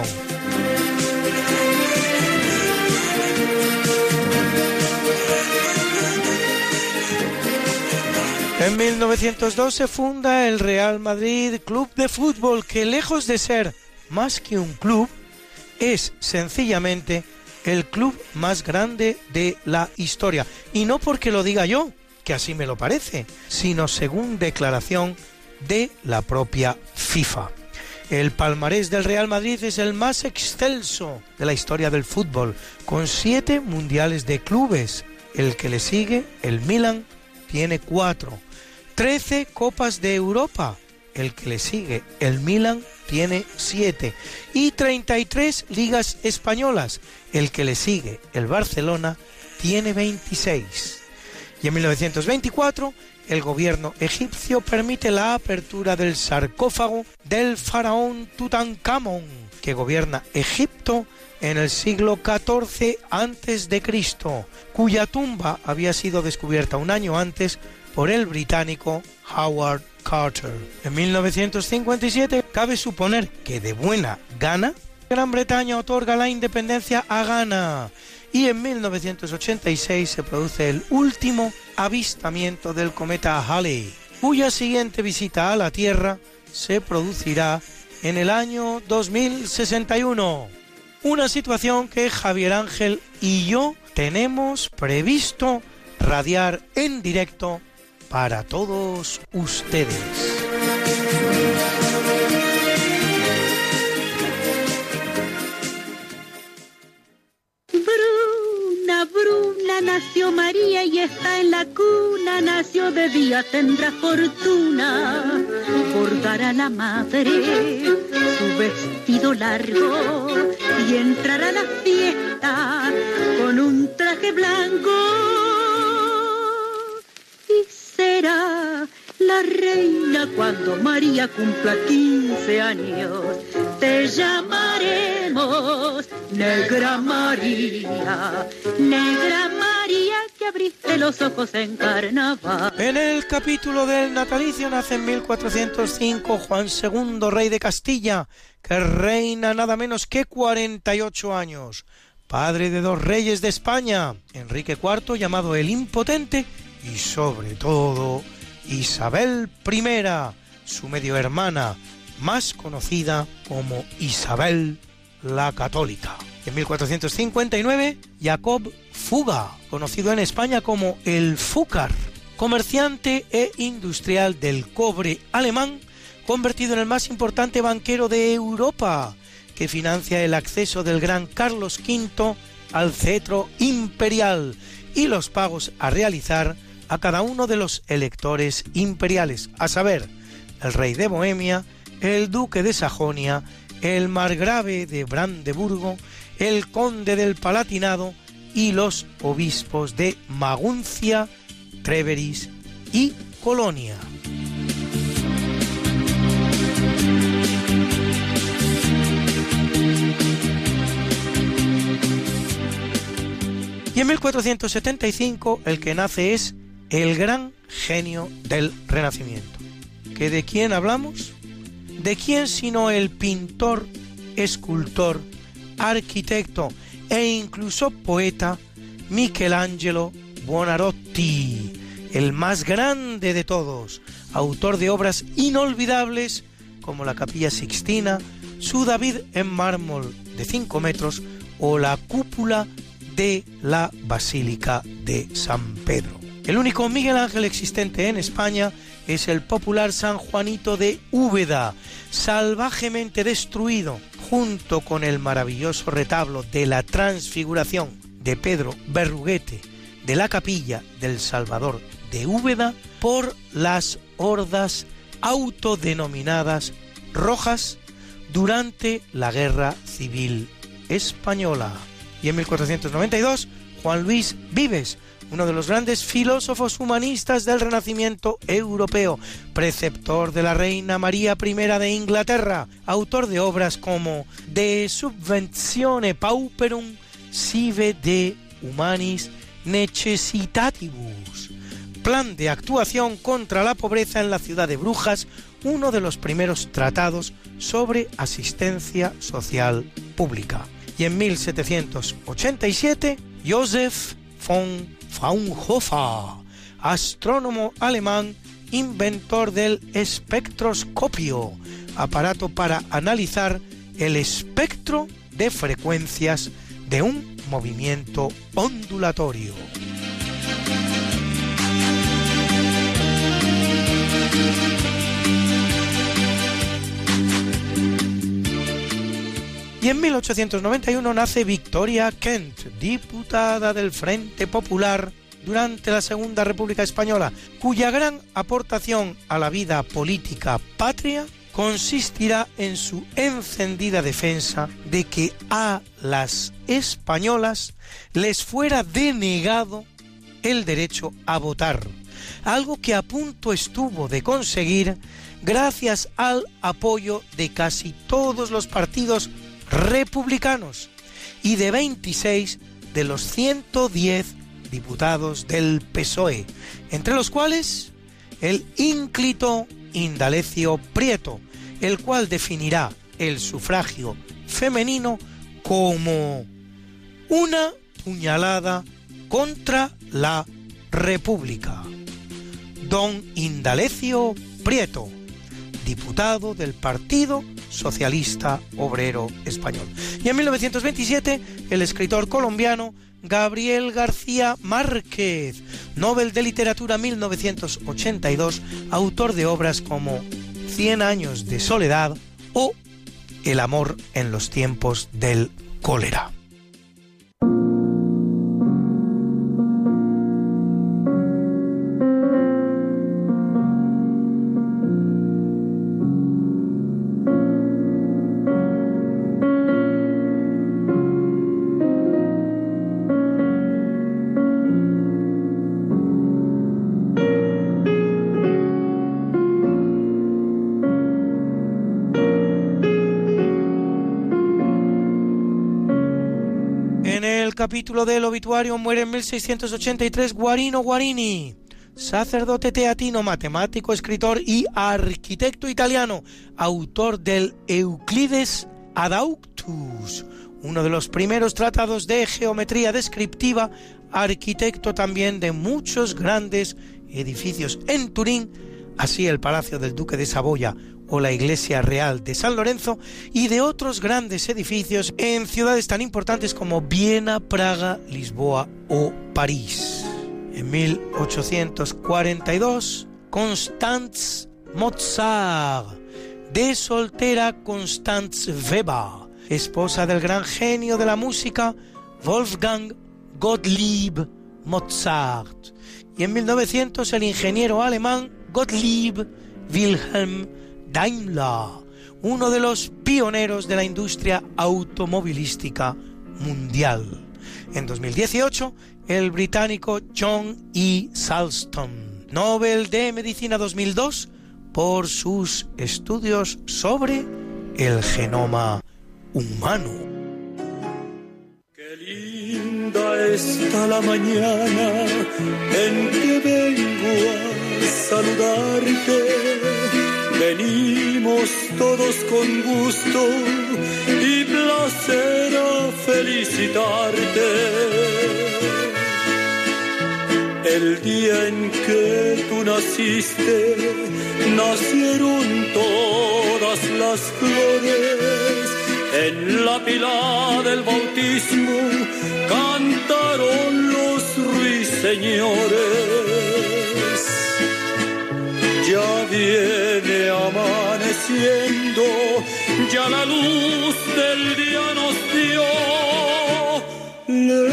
En 1902 se funda el Real Madrid Club de Fútbol, que lejos de ser más que un club, es sencillamente el club más grande de la historia. Y no porque lo diga yo, que así me lo parece, sino según declaración de la propia FIFA. El palmarés del Real Madrid es el más excelso de la historia del fútbol, con 7 mundiales de clubes. El que le sigue, el Milan, tiene 4. 13 Copas de Europa. El que le sigue, el Milan, tiene 7. Y 33 ligas españolas. El que le sigue, el Barcelona, tiene 26. Y en 1924, el gobierno egipcio permite la apertura del sarcófago del faraón Tutankamón, que gobierna Egipto en el siglo XIV a.C., cuya tumba había sido descubierta un año antes por el británico Howard Carter. En 1957 cabe suponer que de buena gana Gran Bretaña otorga la independencia a Ghana y en 1986 se produce el último avistamiento del cometa Halley, cuya siguiente visita a la Tierra se producirá en el año 2061. Una situación que Javier Ángel y yo tenemos previsto radiar en directo para todos ustedes. Bruna, nació María y está en la cuna, nació de día, tendrá fortuna, bordará la madre su vestido largo y entrará a la fiesta con un traje blanco y será la reina cuando María cumpla 15 años. Te llamaremos Negra María, Negra María, que abriste los ojos en carnaval. En el capítulo del natalicio nace en 1405 Juan II, rey de Castilla, que reina nada menos que 48 años. Padre de dos reyes de España, Enrique IV, llamado el Impotente, y sobre todo Isabel I, su medio hermana, más conocida como Isabel la Católica. En 1459, Jacob Fuga, conocido en España como el Fúcar, comerciante e industrial del cobre alemán, convertido en el más importante banquero de Europa, que financia el acceso del gran Carlos V al cetro imperial y los pagos a realizar a cada uno de los electores imperiales, a saber, el rey de Bohemia, el duque de Sajonia, el margrave de Brandeburgo, el conde del Palatinado y los obispos de Maguncia, Tréveris y Colonia. Y en 1475 el que nace es el gran genio del Renacimiento. ¿Que de quién hablamos? ¿De quién sino el pintor, escultor, arquitecto e incluso poeta Michelangelo Buonarroti, el más grande de todos, autor de obras inolvidables como la Capilla Sixtina, su David en mármol de 5 metros o la cúpula de la Basílica de San Pedro. El único Miguel Ángel existente en España es el popular San Juanito de Úbeda, salvajemente destruido, junto con el maravilloso retablo de la Transfiguración de Pedro Berruguete de la Capilla del Salvador de Úbeda por las hordas autodenominadas rojas durante la Guerra Civil Española. Y en 1492, Juan Luis Vives, uno de los grandes filósofos humanistas del Renacimiento europeo, preceptor de la reina María I de Inglaterra, autor de obras como De Subventione Pauperum Sive de Humanis Necessitatibus, plan de actuación contra la pobreza en la ciudad de Brujas, uno de los primeros tratados sobre asistencia social pública. Y en 1787, Joseph von Fraunhofer, astrónomo alemán, inventor del espectroscopio, aparato para analizar el espectro de frecuencias de un movimiento ondulatorio. Y en 1891 nace Victoria Kent, diputada del Frente Popular durante la Segunda República Española, cuya gran aportación a la vida política patria consistirá en su encendida defensa de que a las españolas les fuera denegado el derecho a votar, algo que a punto estuvo de conseguir gracias al apoyo de casi todos los partidos republicanos y de 26 de los 110 diputados del PSOE, entre los cuales el ínclito Indalecio Prieto, el cual definirá el sufragio femenino como una puñalada contra la República. Don Indalecio Prieto, diputado del Partido Socialista Obrero Español. Y en 1927, el escritor colombiano Gabriel García Márquez, Nobel de Literatura 1982, autor de obras como 100 años de soledad o El amor en los tiempos del cólera. Capítulo del obituario muere en 1683 Guarino Guarini, sacerdote teatino, matemático, escritor y arquitecto italiano, autor del Euclides Ad Auctus, uno de los primeros tratados de geometría descriptiva, arquitecto también de muchos grandes edificios en Turín, así el Palacio del Duque de Saboya o la Iglesia Real de San Lorenzo, y de otros grandes edificios en ciudades tan importantes como Viena, Praga, Lisboa o París. En 1842, Constanze Mozart, de soltera Constanz Weber, esposa del gran genio de la música Wolfgang Gottlieb Mozart. Y en 1900, el ingeniero alemán Gottlieb Wilhelm Daimler, uno de los pioneros de la industria automovilística mundial. En 2018, el británico John E. Salston, Nobel de Medicina 2002, por sus estudios sobre el genoma humano. Qué linda está la mañana en que vengo a saludarte. Venimos todos con gusto y placer a felicitarte. El día en que tú naciste, nacieron todas las flores. En la pila del bautismo cantaron los ruiseñores. Ya viene amaneciendo, ya la luz del día nos dio.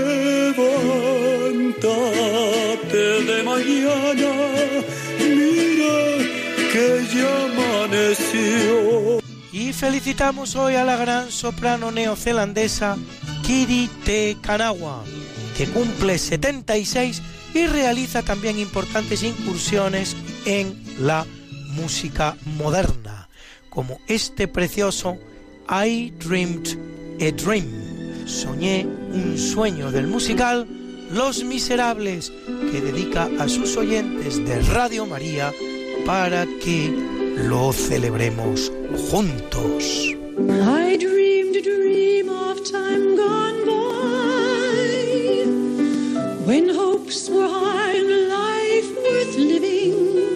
Levántate de mañana, mira que ya amaneció. Y felicitamos hoy a la gran soprano neozelandesa Kiri Te Kanawa, que cumple 76 y realiza también importantes incursiones en la música moderna, como este precioso I Dreamed a Dream, soñé un sueño, del musical Los Miserables, que dedica a sus oyentes de Radio María para que lo celebremos juntos. I dreamed a dream of time gone by, when hopes were high and life worth living.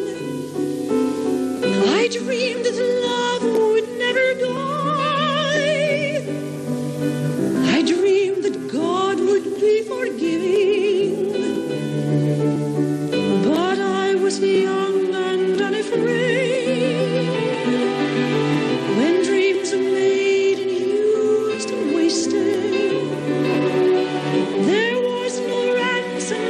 I dreamed that love would never die. I dreamed that God would be forgiving. But I was young and unafraid. When dreams are made and used and wasted, there was no ransom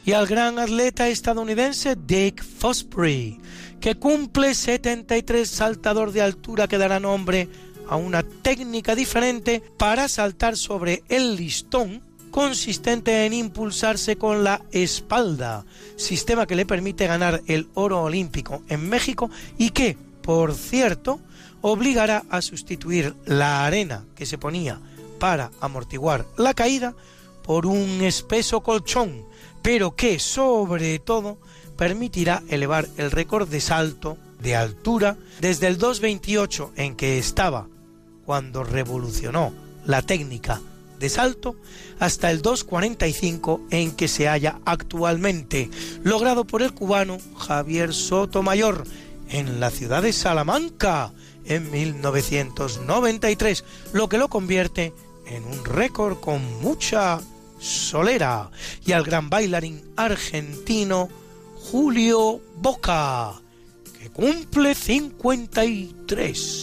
y al gran atleta estadounidense Dick Fosbury, que cumple 73, saltador de altura que dará nombre a una técnica diferente para saltar sobre el listón, consistente en impulsarse con la espalda, sistema que le permite ganar el oro olímpico en México y que, por cierto, obligará a sustituir la arena que se ponía para amortiguar la caída por un espeso colchón, pero que sobre todo permitirá elevar el récord de salto de altura desde el 2.28 en que estaba cuando revolucionó la técnica de salto hasta el 2.45 en que se halla actualmente, logrado por el cubano Javier Sotomayor en la ciudad de Salamanca en 1993, lo que lo convierte en un récord con mucha solera, y al gran bailarín argentino Julio Boca, que cumple 53.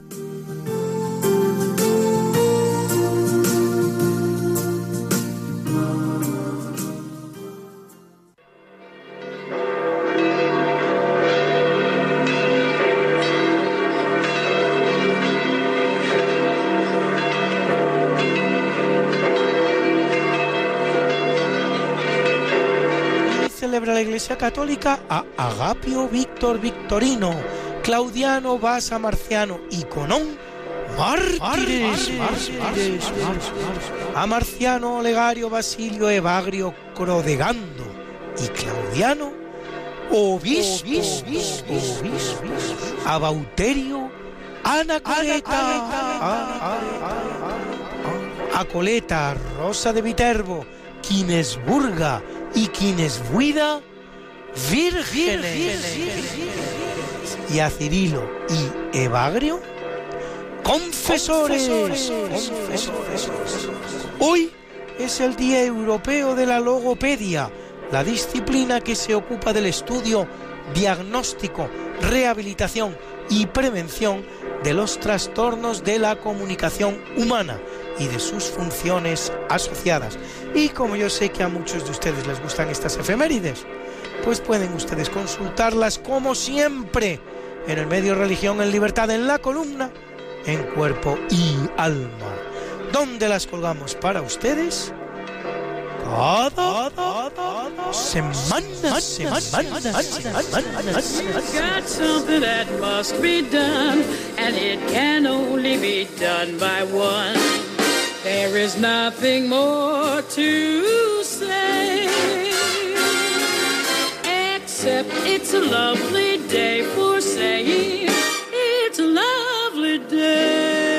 Celebra la Iglesia Católica a Agapio Víctor Victorino, Claudiano Basa Marciano y Conón mártires, a Marciano Olegario Basilio Evagrio Crodegando y Claudiano obispo, a Bauterio Anacoleta, a Coleta Rosa de Viterbo, Quinesburga y Quinesbuida vírgenes, y a Cirilo y Evagrio confesores. Hoy es el Día Europeo de la Logopedia, la disciplina que se ocupa del estudio, diagnóstico, rehabilitación y prevención de los trastornos de la comunicación humana y de sus funciones asociadas. Y como yo sé que a muchos de ustedes les gustan estas efemérides, pues pueden ustedes consultarlas como siempre en el medio Religión en Libertad, en la columna En Cuerpo y Alma, donde las colgamos para ustedes cada semana. Got something that must be done, and it can only be done by one. There is nothing more to say, except it's a lovely day for saying it's a lovely day.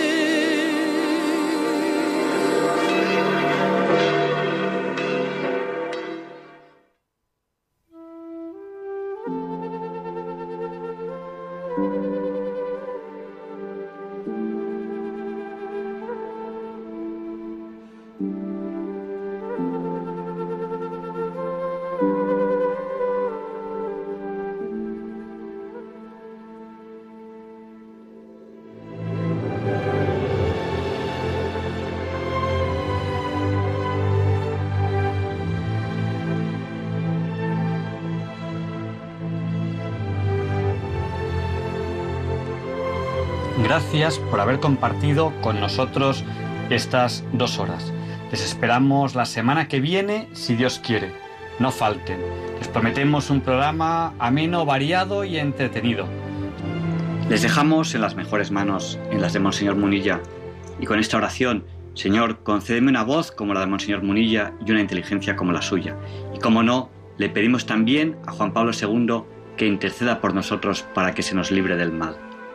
Gracias por haber compartido con nosotros estas 2 horas. Les esperamos la semana que viene, si Dios quiere. No falten. Les prometemos un programa ameno, variado y entretenido. Les dejamos en las mejores manos, en las de Monseñor Munilla. Y con esta oración, Señor, concédeme una voz como la de Monseñor Munilla y una inteligencia como la suya. Y como no, le pedimos también a Juan Pablo II que interceda por nosotros para que se nos libre del mal.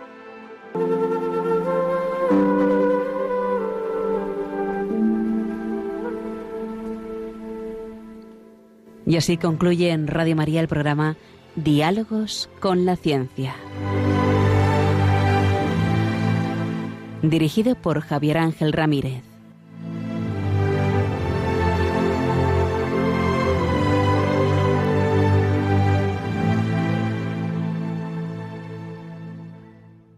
Y así concluye en Radio María el programa Diálogos con la Ciencia, dirigido por Javier Ángel Ramírez.